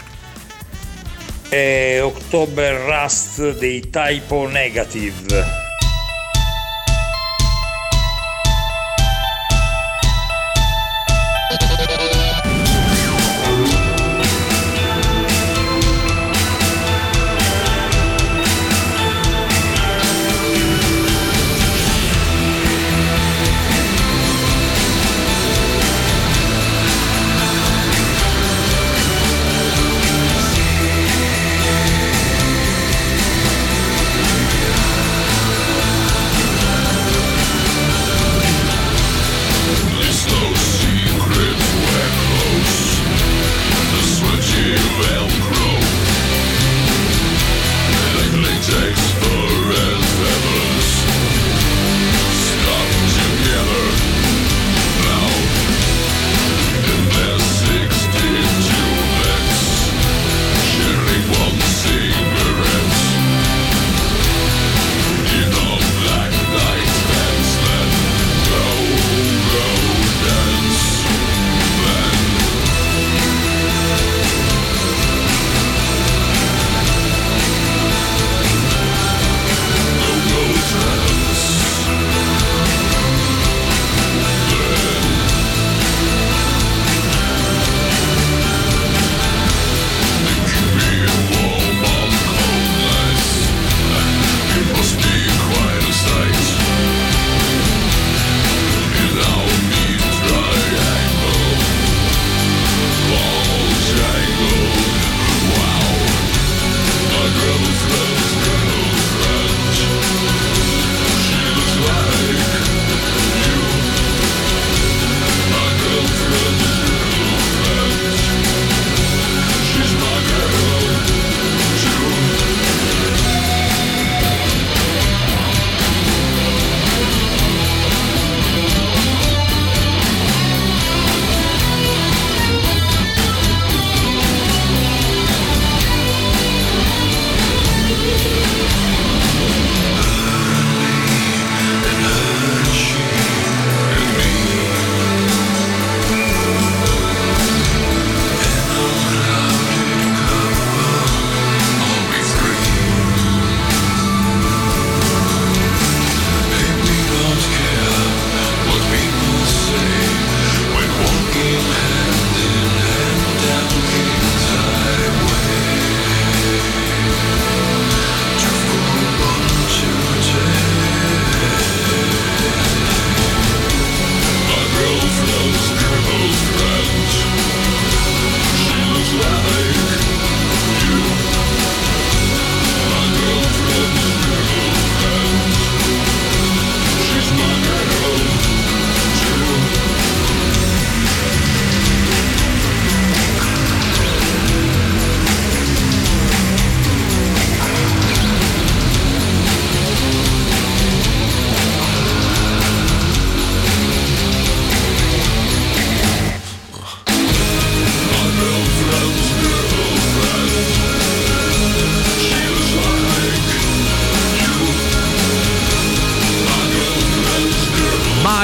S22: è October Rust dei Type O Negative.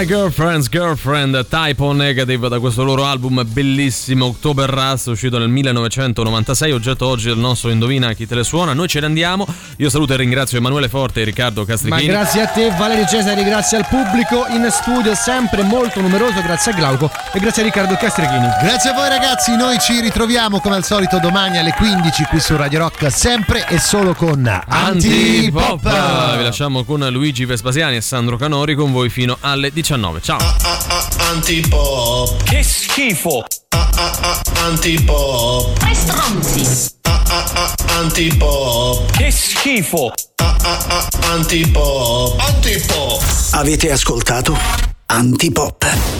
S3: My Girlfriend's Girlfriend, Type O Negative, da questo loro album bellissimo October Rust, uscito nel 1996, oggetto oggi del nostro Indovina chi te le suona. Noi ce ne andiamo, io saluto e ringrazio Emanuele Forte e Riccardo Castrichini.
S4: Ma grazie a te Valerio Cesari, grazie al pubblico in studio sempre molto numeroso, grazie a Glauco e grazie a Riccardo Castrichini.
S5: Grazie a voi ragazzi, noi ci ritroviamo come al solito domani alle 15 qui su Radio Rock, sempre e solo con Antipop.
S3: Vi lasciamo con Luigi Vespasiani e Sandro Canori con voi fino alle 19. Ciao.
S22: Antipop. Che schifo. Antipop.
S6: Tre stronzi.
S22: Antipop. Che schifo. Antipop. Antipop.
S1: Avete ascoltato Antipop.